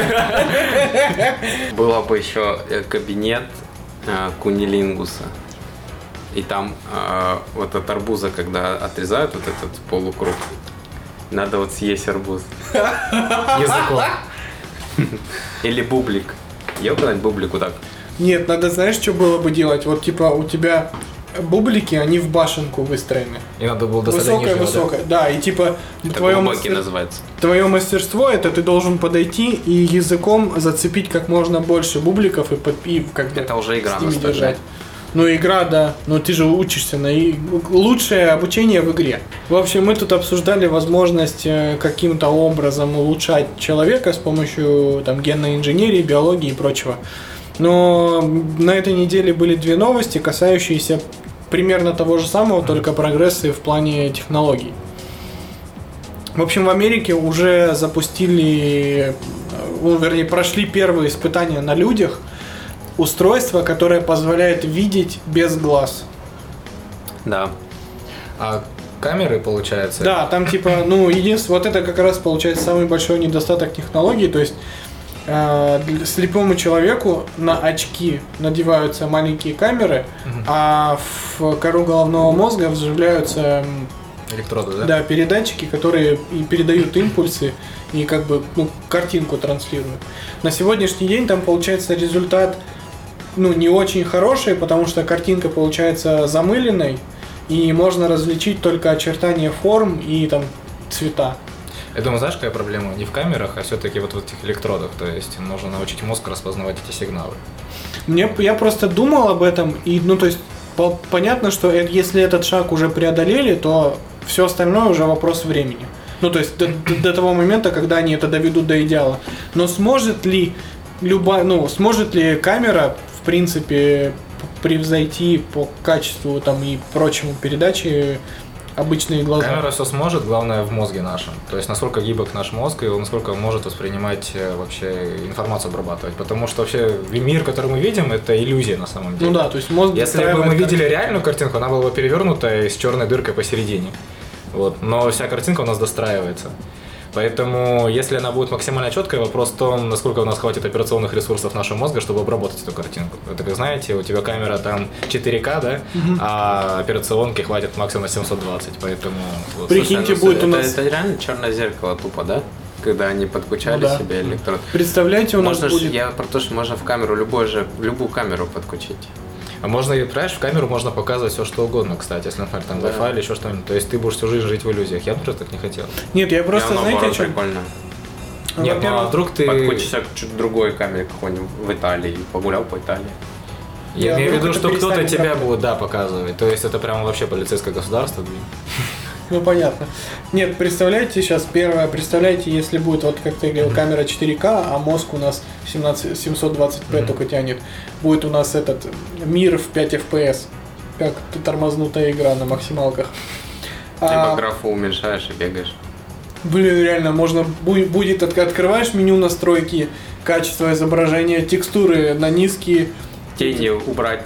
[SPEAKER 2] учили.
[SPEAKER 1] Было бы еще э, кабинет э, кунилингуса. И там э, вот от арбуза, когда отрезают вот этот полукруг, надо вот съесть арбуз.
[SPEAKER 2] Языком.
[SPEAKER 1] Или бублик. Ел когда-нибудь бублику так?
[SPEAKER 3] Нет, надо, знаешь, что было бы делать? Вот типа у тебя бублики, они в башенку выстроены.
[SPEAKER 2] И надо было достать до
[SPEAKER 3] Высокая,
[SPEAKER 2] нижнего, да?
[SPEAKER 3] высокая. Да, и типа
[SPEAKER 1] Это
[SPEAKER 3] твое,
[SPEAKER 1] глубокий
[SPEAKER 3] мастер-
[SPEAKER 1] называется.
[SPEAKER 3] твое мастерство это ты должен подойти и языком зацепить как можно больше бубликов и, под... и как бы
[SPEAKER 1] Это уже игра
[SPEAKER 3] с ними
[SPEAKER 1] настолько.
[SPEAKER 3] держать. Ну, игра, да. Но ты же учишься на и... лучшее обучение в игре. В общем, мы тут обсуждали возможность э, каким-то образом улучшать человека с помощью там генной инженерии, биологии и прочего. Но на этой неделе были две новости, касающиеся примерно того же самого, только прогрессы в плане технологий. В общем, в Америке уже запустили, ну, вернее, прошли первые испытания на людях устройство, которое позволяет видеть без глаз.
[SPEAKER 1] Да.
[SPEAKER 2] А камеры, получается?
[SPEAKER 3] Да, там типа, ну, единственное, вот это как раз получается самый большой недостаток технологии, то есть э, для- слепому человеку на очки надеваются маленькие камеры, а в кору головного мозга вживляются м,
[SPEAKER 2] Электроды, да?
[SPEAKER 3] да, передатчики, которые и передают импульсы и как бы ну, картинку транслируют. На сегодняшний день там получается результат ну, не очень хороший, потому что картинка получается замыленной, и можно различить только очертания форм и там цвета.
[SPEAKER 2] Я думаю, знаешь, какая проблема? Не в камерах, а все-таки вот в этих электродах. То есть нужно научить мозг распознавать эти сигналы.
[SPEAKER 3] Мне, я просто думал об этом, и ну то есть по- понятно, что э- если этот шаг уже преодолели, то все остальное уже вопрос времени. Ну то есть до, до- до того момента, когда они это доведут до идеала. Но сможет ли любая, ну сможет ли камера в принципе п- превзойти по качеству там и прочему передачи обычные глаза?
[SPEAKER 2] Камера все сможет, главное в мозге нашем. То есть насколько гибок наш мозг и он насколько он может воспринимать э, вообще информацию обрабатывать. Потому что вообще мир, который мы видим, это иллюзия на самом деле.
[SPEAKER 3] Ну да, то есть мозг
[SPEAKER 2] Если бы мы
[SPEAKER 3] достраивает
[SPEAKER 2] видели
[SPEAKER 3] картинку.
[SPEAKER 2] реальную картинку, она была бы перевернутая и с черной дыркой посередине. Вот. Но вся картинка у нас достраивается. Поэтому, если она будет максимально четкая, вопрос в том, насколько у нас хватит операционных ресурсов нашего мозга, чтобы обработать эту картинку. Это, как знаете, у тебя камера там четыре ка, да, а операционки хватит максимум на семьсот двадцать, поэтому... Вот.
[SPEAKER 3] Прикиньте,
[SPEAKER 1] Слушай, ну,
[SPEAKER 3] будет у
[SPEAKER 1] это,
[SPEAKER 3] нас-
[SPEAKER 1] это реально черное зеркало тупо, да? Когда они подключали
[SPEAKER 3] Ну да.
[SPEAKER 1] себе электрод.
[SPEAKER 3] Представляете, у нас
[SPEAKER 1] Можно ж-
[SPEAKER 3] будет...
[SPEAKER 1] я про то, что можно в камеру любой же, любую камеру подключить.
[SPEAKER 2] А можно, и, понимаешь, в камеру можно показывать все, что угодно, кстати, если, например, там
[SPEAKER 1] Да.
[SPEAKER 2] Wi-Fi или еще что-нибудь. То есть ты будешь всю жизнь жить в иллюзиях. Я бы просто так не хотел.
[SPEAKER 3] Нет, я просто,
[SPEAKER 1] И оно,
[SPEAKER 3] знаете, о
[SPEAKER 1] наоборот,
[SPEAKER 3] чем?
[SPEAKER 1] прикольно.
[SPEAKER 2] Нет, ну а
[SPEAKER 3] Во-первых,
[SPEAKER 2] вдруг ты...
[SPEAKER 1] Подключишься к чуть другой камере какой-нибудь в Италии. Погулял по Италии.
[SPEAKER 2] Я
[SPEAKER 3] Да,
[SPEAKER 2] имею в
[SPEAKER 3] вдруг
[SPEAKER 2] виду,
[SPEAKER 3] это
[SPEAKER 2] что кто-то
[SPEAKER 3] перестанет
[SPEAKER 2] тебя
[SPEAKER 3] работать.
[SPEAKER 2] будет, да, показывать. То есть это прям вообще полицейское государство, блин.
[SPEAKER 3] Ну понятно. Нет, представляете сейчас первое, представляете, если будет вот как ты говорил, камера четыре ка, а мозг у нас семнадцать семьсот двадцать пэ только тянет. Будет у нас этот мир в пять эф пи эс. Как тормознутая игра на максималках.
[SPEAKER 1] Либо
[SPEAKER 3] А,
[SPEAKER 1] графу уменьшаешь и бегаешь.
[SPEAKER 3] блин, реально, можно бу- будет от- открываешь меню настройки, качество изображения, текстуры на низкие,
[SPEAKER 1] Тени убрать.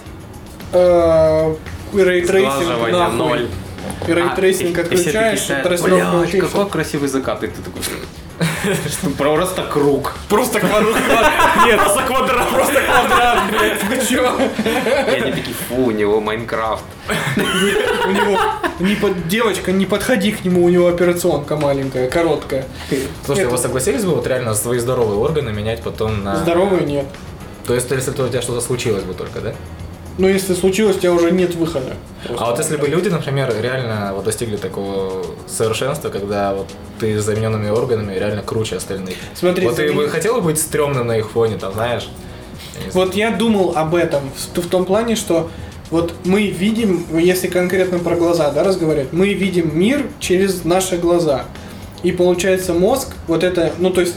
[SPEAKER 3] э, рейтрейсинг
[SPEAKER 1] Сглаживание
[SPEAKER 3] нахуй.
[SPEAKER 1] ноль.
[SPEAKER 3] И рейтрейсинг
[SPEAKER 1] А, и- и все
[SPEAKER 3] отключаешь,
[SPEAKER 1] такие
[SPEAKER 3] тростник
[SPEAKER 1] стоят, «Блядь,
[SPEAKER 3] включишь.
[SPEAKER 1] какой красивый закат. И ты такой... Просто круг.
[SPEAKER 3] Просто квадрат. Нет, просто квадрат. Просто квадрат, блядь. Ты чё?
[SPEAKER 1] И они такие, фу, у него Майнкрафт.
[SPEAKER 3] У него не под... девочка, не подходи к нему, у него операционка маленькая, короткая.
[SPEAKER 2] Слушай,
[SPEAKER 3] Нет.
[SPEAKER 2] вы согласились бы вот реально свои здоровые органы менять потом на...
[SPEAKER 3] Здоровый нет.
[SPEAKER 2] То есть, если у тебя что-то случилось бы только, да?
[SPEAKER 3] Но если случилось, у тебя уже нет выхода.
[SPEAKER 2] А вот если бы люди, например, реально вот достигли такого совершенства, когда вот ты с замененными органами реально круче остальных.
[SPEAKER 3] Смотри,
[SPEAKER 2] вот ты
[SPEAKER 3] замен-
[SPEAKER 2] бы хотел быть стрёмным на их фоне, там, знаешь? Я не знаю.
[SPEAKER 3] Вот я думал об этом в, в том плане, что вот мы видим, если конкретно про глаза, да, разговаривать, мы видим мир через наши глаза. И получается мозг, вот это, ну то есть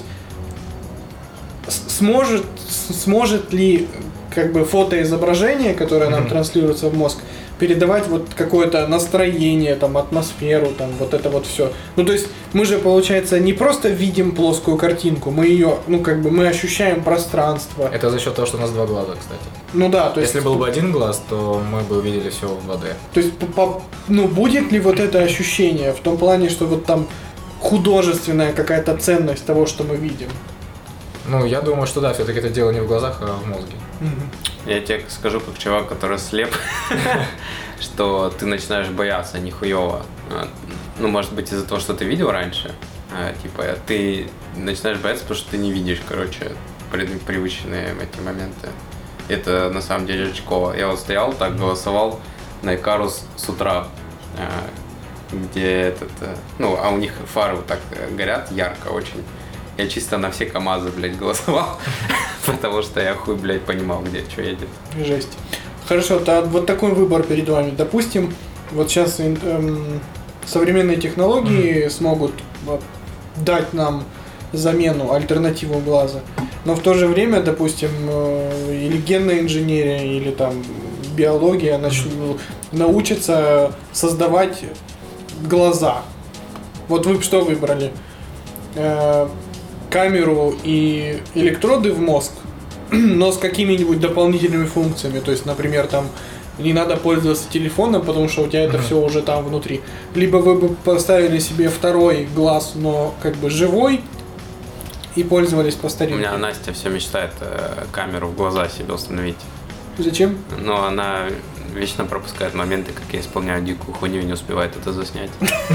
[SPEAKER 3] с- сможет, с- сможет ли как бы фотоизображение, которое нам
[SPEAKER 2] Мгм.
[SPEAKER 3] транслируется в мозг, передавать вот какое-то настроение, там, атмосферу, там, вот это вот все. Ну, то есть, мы же, получается, не просто видим плоскую картинку, мы ее, ну, как бы, мы ощущаем пространство.
[SPEAKER 2] Это за счет того, что у нас два глаза, кстати.
[SPEAKER 3] Ну да, то есть...
[SPEAKER 2] Если был бы один глаз, то мы бы увидели все в два дэ.
[SPEAKER 3] То есть, по- по- ну, будет ли вот это ощущение в том плане, что вот там художественная какая-то ценность того, что мы видим?
[SPEAKER 2] Ну, я думаю, что да, все-таки это дело не в глазах, а в мозге.
[SPEAKER 1] Я тебе скажу, как чувак, который слеп, что ты начинаешь бояться нихуево. А, Ну, может быть, из-за того, что ты видел раньше. а, Типа, ты начинаешь бояться, потому что ты не видишь, короче, пред- привычные эти моменты. Это на самом деле очково. Я вот стоял, так голосовал на Икарус с утра, а, где этот, э, ну, а у них фары вот так э, горят ярко очень. Я чисто на все КамАЗы, блядь, голосовал, потому что я хуй, блядь, понимал, где что едет.
[SPEAKER 3] Жесть. Хорошо, то вот такой выбор перед вами. Допустим, вот сейчас эм, современные технологии смогут вот, дать нам замену, альтернативу глаза. Но в то же время, допустим, э, или генная инженерия, или там биология нач- научатся создавать глаза. Вот вы б что выбрали? Э, камеру и электроды в мозг, но с какими-нибудь дополнительными функциями. То есть, например, там не надо пользоваться телефоном, потому что у тебя это все уже там внутри. Либо вы бы поставили себе второй глаз, но как бы живой, и пользовались по
[SPEAKER 1] У
[SPEAKER 3] старинке.
[SPEAKER 1] меня Настя все мечтает э, камеру в глаза себе установить.
[SPEAKER 3] Зачем?
[SPEAKER 1] Но она вечно пропускает моменты, как я исполняю дикую хуйню и не успевает это заснять.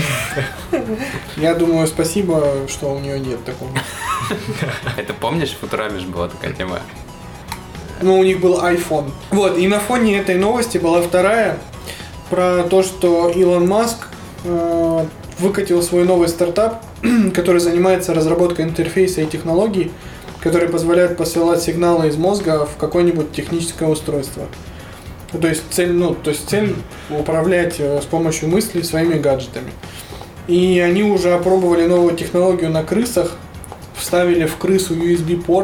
[SPEAKER 3] Я думаю, спасибо, что у нее нет такого.
[SPEAKER 1] Это помнишь, в Футураме же была такая тема?
[SPEAKER 3] Ну, у них был iPhone. Вот, и на фоне этой новости была вторая про то, что Илон Маск э, выкатил свой новый стартап, который занимается разработкой интерфейса и технологий, которые позволяют посылать сигналы из мозга в какое-нибудь техническое устройство. То есть цель, ну, то есть цель управлять э, с помощью мыслей своими гаджетами. И они уже опробовали новую технологию на крысах, вставили в крысу ю эс би-порт.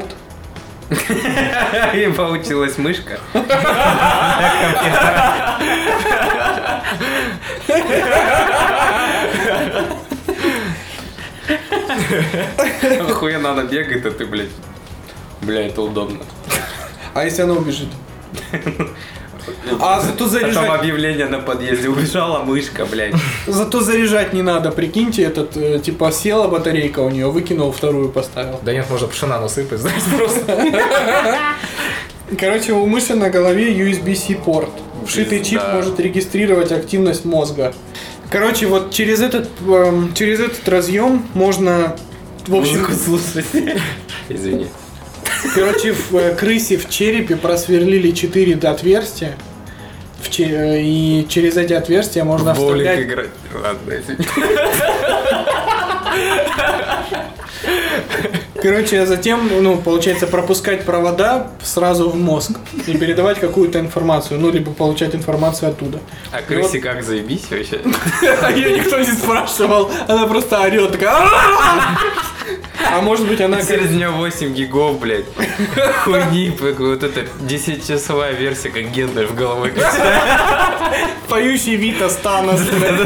[SPEAKER 1] И получилась мышка. Охуенно она бегает, а ты, блядь. Бля, это удобно.
[SPEAKER 3] А если она убежит? А зато
[SPEAKER 1] Потом
[SPEAKER 3] заряжать,
[SPEAKER 1] объявление на подъезде. Убежала мышка, блядь.
[SPEAKER 3] зато заряжать не надо. Прикиньте, этот, э, типа, села батарейка у нее, выкинул, вторую поставил.
[SPEAKER 2] Да нет, можно пшена насыпать, знаешь, просто.
[SPEAKER 3] Короче, у мыши на голове ю эс би-C порт. Вшитый чип
[SPEAKER 1] Да.
[SPEAKER 3] может регистрировать активность мозга. Короче, вот через этот, эм, через этот разъем можно, в общем,
[SPEAKER 1] Музыку слушать. Извини.
[SPEAKER 3] короче, в э, крысе в черепе просверлили четыре отверстия. В че- э, и через эти отверстия можно
[SPEAKER 1] В боулинг
[SPEAKER 3] вставлять...
[SPEAKER 1] играть. Ладно, извини.
[SPEAKER 3] Короче, а затем, ну, получается, пропускать провода сразу в мозг и передавать какую-то информацию, ну, либо получать информацию оттуда.
[SPEAKER 1] А крысе как заебись вообще?
[SPEAKER 3] А ее никто не спрашивал, она просто орет такая. «А-а-а!» А может быть она как...
[SPEAKER 1] Через нее восемь гигов, блядь. Хуйни, вот эта десятичасовая версия, как Гендель в голове.
[SPEAKER 3] поющий Вита Станос.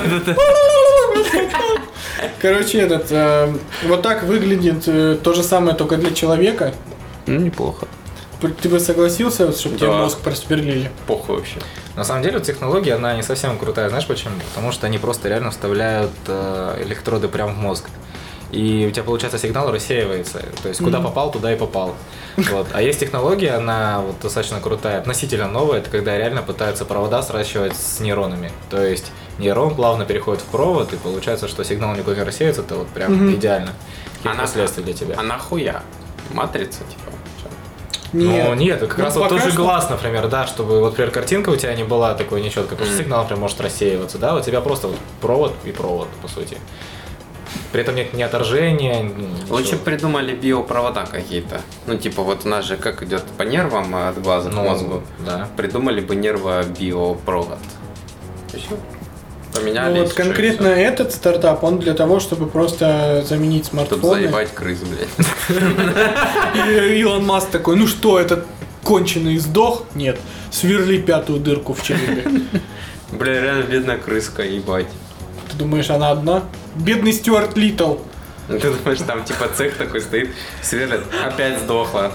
[SPEAKER 3] Короче, этот, э, вот так выглядит э, то же самое, только для человека.
[SPEAKER 1] Ну, неплохо.
[SPEAKER 3] Ты бы согласился, вот, чтобы тебе
[SPEAKER 1] Да.
[SPEAKER 3] мозг просверлили?
[SPEAKER 1] Похуй вообще.
[SPEAKER 2] На самом деле, технология, она не совсем крутая, знаешь почему? Потому что они просто реально вставляют э, электроды прямо в мозг. и у тебя, получается, сигнал рассеивается. То есть, куда mm-hmm. попал, туда и попал. Вот. А есть технология, она вот достаточно крутая, относительно новая, это когда реально пытаются провода сращивать с нейронами. То есть, нейрон плавно переходит в провод, и получается, что сигнал никуда не рассеивается, это вот прям mm-hmm. идеально. Какие
[SPEAKER 1] а
[SPEAKER 2] последствия для тебя?
[SPEAKER 1] А нахуя? Матрица, типа?
[SPEAKER 2] Нет. Ну нет, как
[SPEAKER 3] ну,
[SPEAKER 2] раз вот тот же
[SPEAKER 3] что...
[SPEAKER 2] глаз, например, да, чтобы вот, например, картинка у тебя не была такой нечеткой, потому что mm. сигнал, например, может рассеиваться, да, у тебя просто вот провод и провод, по сути. При этом нет ни отторжения, ничего.
[SPEAKER 1] Лучше придумали биопровода какие-то. Ну, типа, вот у нас же как идет по нервам от глаза
[SPEAKER 2] ну,
[SPEAKER 1] к мозгу.
[SPEAKER 2] Да.
[SPEAKER 1] Придумали бы нервобиопровод. Еще? Поменяли.
[SPEAKER 3] Ну, вот конкретно и этот стартап, он для того, чтобы просто заменить смартфоны.
[SPEAKER 1] Чтобы заебать крыс, блядь.
[SPEAKER 3] Илон Маск такой, ну что, этот конченый сдох? Нет, сверли пятую дырку в черепе.
[SPEAKER 1] Бля, реально бедная крыска, ебать.
[SPEAKER 3] Ты думаешь, она одна? Бедный Стюарт Литтл.
[SPEAKER 1] Ты думаешь, там типа цех такой стоит, сверлят, опять сдохла.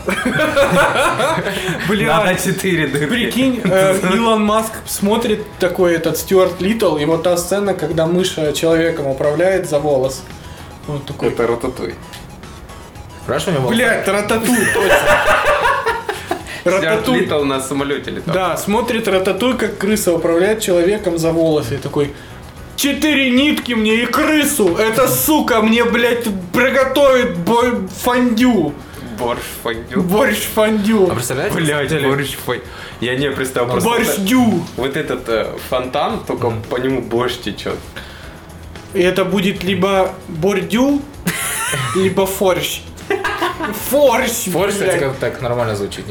[SPEAKER 3] Бля,
[SPEAKER 1] надо четыре дырки.
[SPEAKER 3] Прикинь, э, Илон Маск смотрит такой этот Стюарт Литтл, и вот та сцена, когда мыша человеком управляет за волос. Он такой...
[SPEAKER 1] Это Рататуй.
[SPEAKER 2] Спрашивай его.
[SPEAKER 3] Блядь, Рататуй, точно.
[SPEAKER 1] Стюарт Литтл на самолете летал.
[SPEAKER 3] Да, смотрит Рататуй, как крыса управляет человеком за волосы. И такой... Четыре нитки мне и крысу! Эта сука мне, блядь, приготовит бо- фондю!
[SPEAKER 1] Борщ фондю.
[SPEAKER 3] Борщ фондю.
[SPEAKER 2] А представляете?
[SPEAKER 1] Блядь, борщ фондю. Я не представил просто.
[SPEAKER 3] Борщдю!
[SPEAKER 1] Вот этот э, фонтан, только mm. по нему борщ течет.
[SPEAKER 3] И это будет либо бордю, либо форщ. Форщ!
[SPEAKER 2] Форщ, кстати, как так нормально звучит.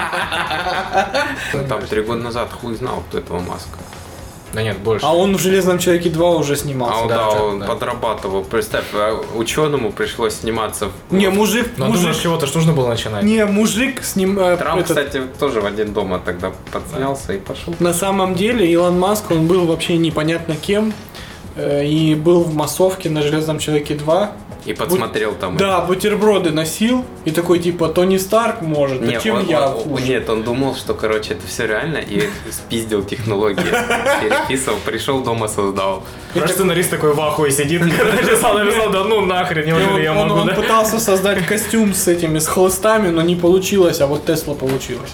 [SPEAKER 1] Там три года назад хуй знал, кто этого Маска.
[SPEAKER 2] Да нет, больше.
[SPEAKER 3] А он в «Железном человеке два» уже снимался.
[SPEAKER 1] А он,
[SPEAKER 2] да,
[SPEAKER 1] да,
[SPEAKER 2] да,
[SPEAKER 1] он
[SPEAKER 2] да.
[SPEAKER 1] подрабатывал. Представь, ученому пришлось сниматься. В...
[SPEAKER 3] Не, мужик,
[SPEAKER 2] Но
[SPEAKER 3] мужик.
[SPEAKER 2] думаешь, чего-то ж нужно было начинать.
[SPEAKER 3] Не, мужик с ним... э,
[SPEAKER 1] Трамп,
[SPEAKER 3] этот...
[SPEAKER 1] кстати, тоже в один дома тогда подснялся и пошел.
[SPEAKER 3] На самом деле Илон Маск, он был вообще непонятно кем. э, И был в массовке на «Железном человеке два».
[SPEAKER 1] И подсмотрел Бу... там.
[SPEAKER 3] Да, бутерброды носил. И такой типа, Тони Старк может, а
[SPEAKER 1] Нет,
[SPEAKER 3] чем
[SPEAKER 1] он,
[SPEAKER 3] я
[SPEAKER 1] он,
[SPEAKER 3] хуже?
[SPEAKER 1] Нет, он думал, что, короче, это все реально, и спиздил технологии. Переписывал, пришел дома, создал.
[SPEAKER 2] Наш сценарист такой в ахуе сидит, короче, сам написал, да ну нахрен, неужели я
[SPEAKER 3] Он,
[SPEAKER 2] могу,
[SPEAKER 3] он
[SPEAKER 2] да?
[SPEAKER 3] пытался создать костюм с этими, с хлыстами, но не получилось, а вот Тесла получилось.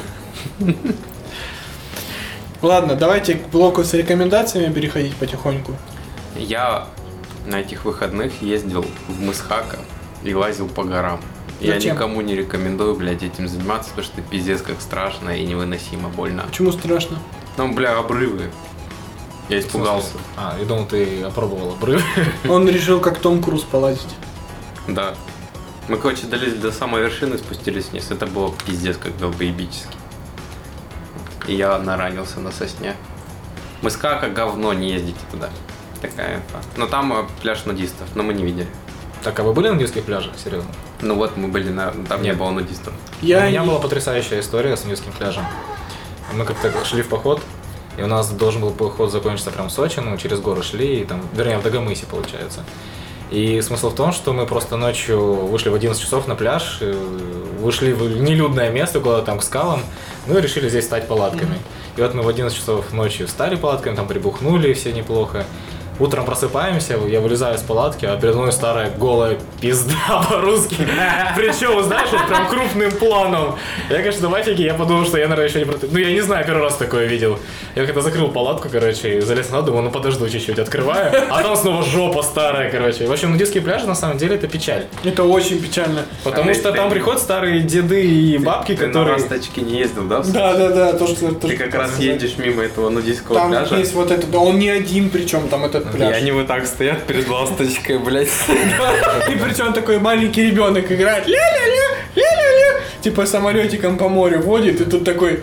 [SPEAKER 3] Ладно, давайте к блоку с рекомендациями переходить потихоньку.
[SPEAKER 1] Я на этих выходных ездил в Мысхака и лазил по горам. Я
[SPEAKER 3] Зачем?
[SPEAKER 1] никому не рекомендую, блядь, этим заниматься, потому что пиздец как страшно и невыносимо больно.
[SPEAKER 3] Почему страшно?
[SPEAKER 1] Там, бля, обрывы. Я испугался.
[SPEAKER 2] А, я думал, ты опробовал обрыв.
[SPEAKER 3] Он решил, как Том Круз, полазить.
[SPEAKER 1] Да. Мы, короче, долезли до самой вершины, спустились вниз. Это было пиздец как долбоебически. И я наранился на сосне. Мысхака говно, не ездите туда. Такая инфа. Но там э, пляж нудистов, но мы не видели.
[SPEAKER 2] Так, а вы были на нудистских пляжах, серьезно?
[SPEAKER 1] Ну вот мы были на... Там не
[SPEAKER 2] Нет.
[SPEAKER 1] было нудистов.
[SPEAKER 3] Я
[SPEAKER 2] У меня
[SPEAKER 3] не-
[SPEAKER 2] была потрясающая история с нудистским пляжем. Мы как-то шли в поход, и у нас должен был поход закончиться прям в Сочи, ну, через горы шли, и там, вернее, в Дагомысе, получается. И смысл в том, что мы просто ночью вышли в одиннадцать часов на пляж, э, вышли в нелюдное место, куда-то там к скалам, ну и решили здесь стать палатками. И вот мы в одиннадцать часов ночью стали палатками, там прибухнули все неплохо. Утром просыпаемся, я вылезаю из палатки, а передо мной старая голая пизда по-русски. Причем, знаешь, вот прям крупным планом. Я, конечно, в афиге, я подумал, что я, наверное, еще не... про- Ну, я не знаю, первый раз такое видел. Я когда закрыл палатку, короче, и залез на, думаю, ну подожду чуть-чуть, открываю. А там снова жопа старая, короче. В общем, нудистские пляжи, на самом деле, это печаль.
[SPEAKER 3] Это очень печально.
[SPEAKER 2] Потому
[SPEAKER 1] А
[SPEAKER 2] что
[SPEAKER 1] ты-
[SPEAKER 2] там приходят старые деды и бабки,
[SPEAKER 1] Ты на
[SPEAKER 2] которые...
[SPEAKER 1] ласточке не ездил, да?
[SPEAKER 3] Да, да, да, то, что
[SPEAKER 1] Ты как раз едешь мимо этого нудистского
[SPEAKER 3] Там
[SPEAKER 1] пляжа.
[SPEAKER 3] есть вот этот, он не один, причем там этот
[SPEAKER 1] И
[SPEAKER 3] пляж.
[SPEAKER 1] они вот так стоят перед ласточкой, блядь.
[SPEAKER 3] И причем такой маленький ребенок играет, ля-ля-ля, ля-ля-ля, типа самолетиком по морю водит, и тут такой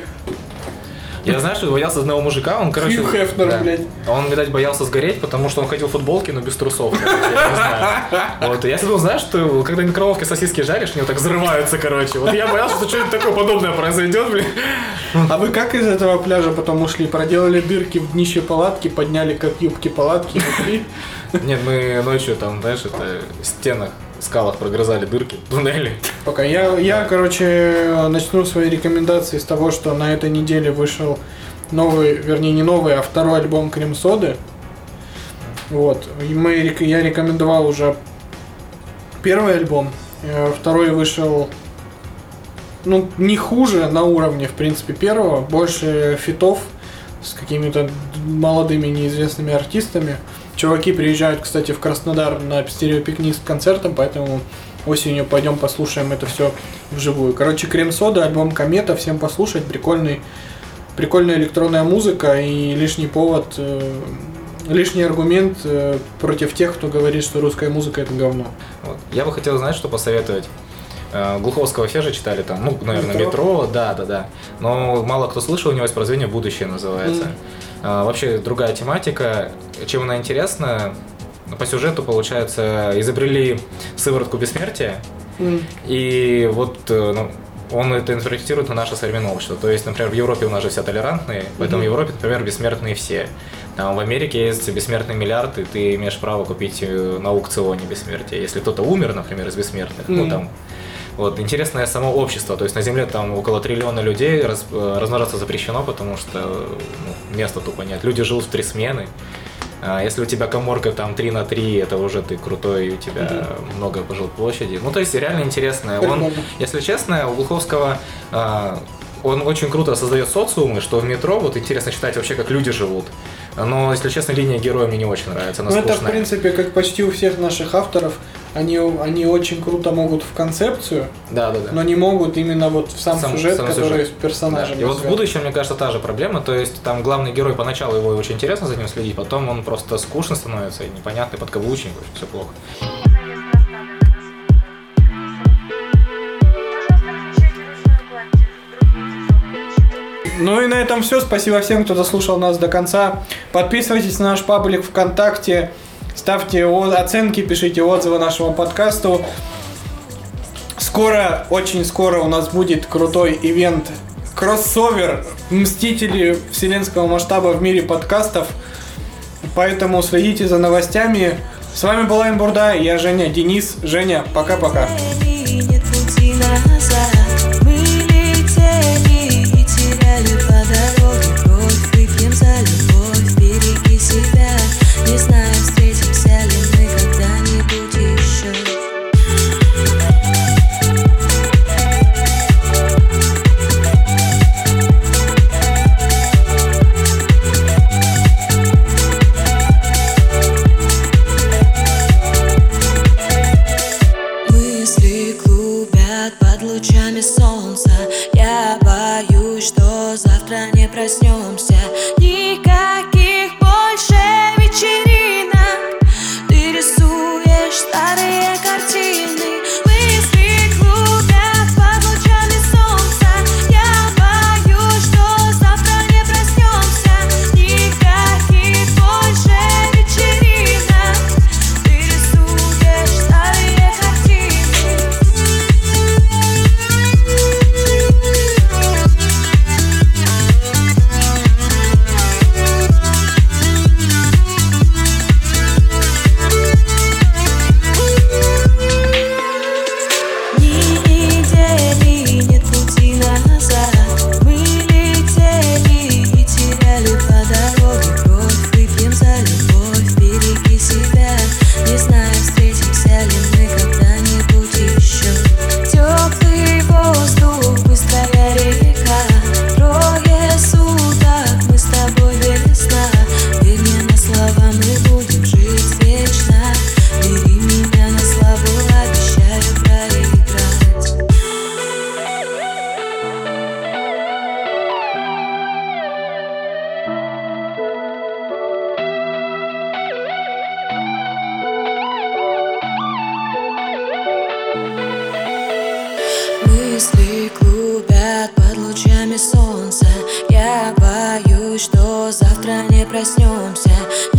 [SPEAKER 2] Я, знаешь, боялся одного мужика, он, короче...
[SPEAKER 3] Хью Хефнер,
[SPEAKER 2] да.
[SPEAKER 3] блядь.
[SPEAKER 2] Он, видать, боялся сгореть, потому что он ходил в футболке, но без трусов. Короче, я не знаю. Вот, и я всегда знаешь, что когда в микроволновке сосиски жаришь, они вот так взрываются, короче. Вот я боялся, что что-нибудь такое подобное произойдет, блин.
[SPEAKER 3] А вы как из этого пляжа потом ушли? Проделали дырки в днище палатки, подняли как юбки палатки и ушли?
[SPEAKER 2] Нет, мы ночью там, знаешь, это в стенах, в скалах прогрызали дырки, туннели.
[SPEAKER 3] Пока я, я, короче, начну свои рекомендации с того, что на этой неделе вышел новый, вернее не новый, а второй альбом Крем Соды. Вот. И мы, рек- я рекомендовал уже первый альбом. Второй вышел, ну, не хуже на уровне, в принципе, первого. Больше фитов с какими-то молодыми неизвестными артистами. Чуваки приезжают, кстати, в Краснодар на стереопикник с концертом, поэтому осенью пойдем послушаем это все вживую. Короче, Крем-сода, альбом Комета, всем послушать. Прикольный, прикольная электронная музыка и лишний повод, э, лишний аргумент э, против тех, кто говорит, что русская музыка это говно.
[SPEAKER 2] Вот. Я бы хотел, знать, что посоветовать. Глуховского все же читали там, ну, наверное, метро. метро, да, да, да. Но мало кто слышал, у него есть произведение «Будущее» называется. Mm. А, вообще другая тематика. Чем она интересна? По сюжету, получается, изобрели сыворотку бессмертия. Mm. И вот ну, он это интерпретирует на наше современное общество. То есть, например, в Европе у нас же все толерантные, поэтому mm-hmm. в Европе, например, бессмертные все. Там в Америке есть бессмертный миллиард, и ты имеешь право купить на аукционе бессмертие. Если кто-то умер, например, из бессмертных, mm-hmm. ну там. Вот, интересное само общество, то есть на Земле там около триллиона людей, раз, размножаться запрещено, потому что ну, места тупо нет. Люди живут в три смены. А если у тебя каморка там три на три, это уже ты крутой, и у тебя mm-hmm. много жилплощади. Ну, то есть реально интересное. Он, если честно, у Глуховского а, он очень круто создает социумы, что в метро вот интересно читать вообще, как люди живут. Но, если честно, линия героя мне не очень нравится.
[SPEAKER 3] Ну, это, в принципе, как почти у всех наших авторов, они, они очень круто могут в концепцию,
[SPEAKER 2] да, да, да.
[SPEAKER 3] но не могут именно вот в сам, сам сюжет, сам который сюжет. С персонажем.
[SPEAKER 2] Да. И вот в будущем, мне кажется, та же проблема. То есть, там главный герой, поначалу его очень интересно за ним следить, потом он просто скучно становится, и непонятный, подкаблучник, все плохо.
[SPEAKER 3] Ну и на этом все. Спасибо всем, кто дослушал нас до конца. Подписывайтесь на наш паблик ВКонтакте. Ставьте оценки, пишите отзывы нашему подкасту. Скоро, очень скоро у нас будет крутой ивент. Кроссовер. Мстители вселенского масштаба в мире подкастов. Поэтому следите за новостями. С вами был Айн Бурда, я Женя, Денис. Женя, пока-пока.
[SPEAKER 5] Не знаю, встретимся ли мы когда-нибудь еще. Мысли клубят под лучами солнца. Я боюсь, что завтра не проснемся. Никаких больше вечеринок. Ты рисуешь старые картины. Мысли клубят под лучами солнца. Я боюсь, что завтра не проснемся. Никаких больше вечеринок. Ты рисуешь старые картины. Мысли клубят под лучами солнца. Я боюсь, что завтра не проснемся.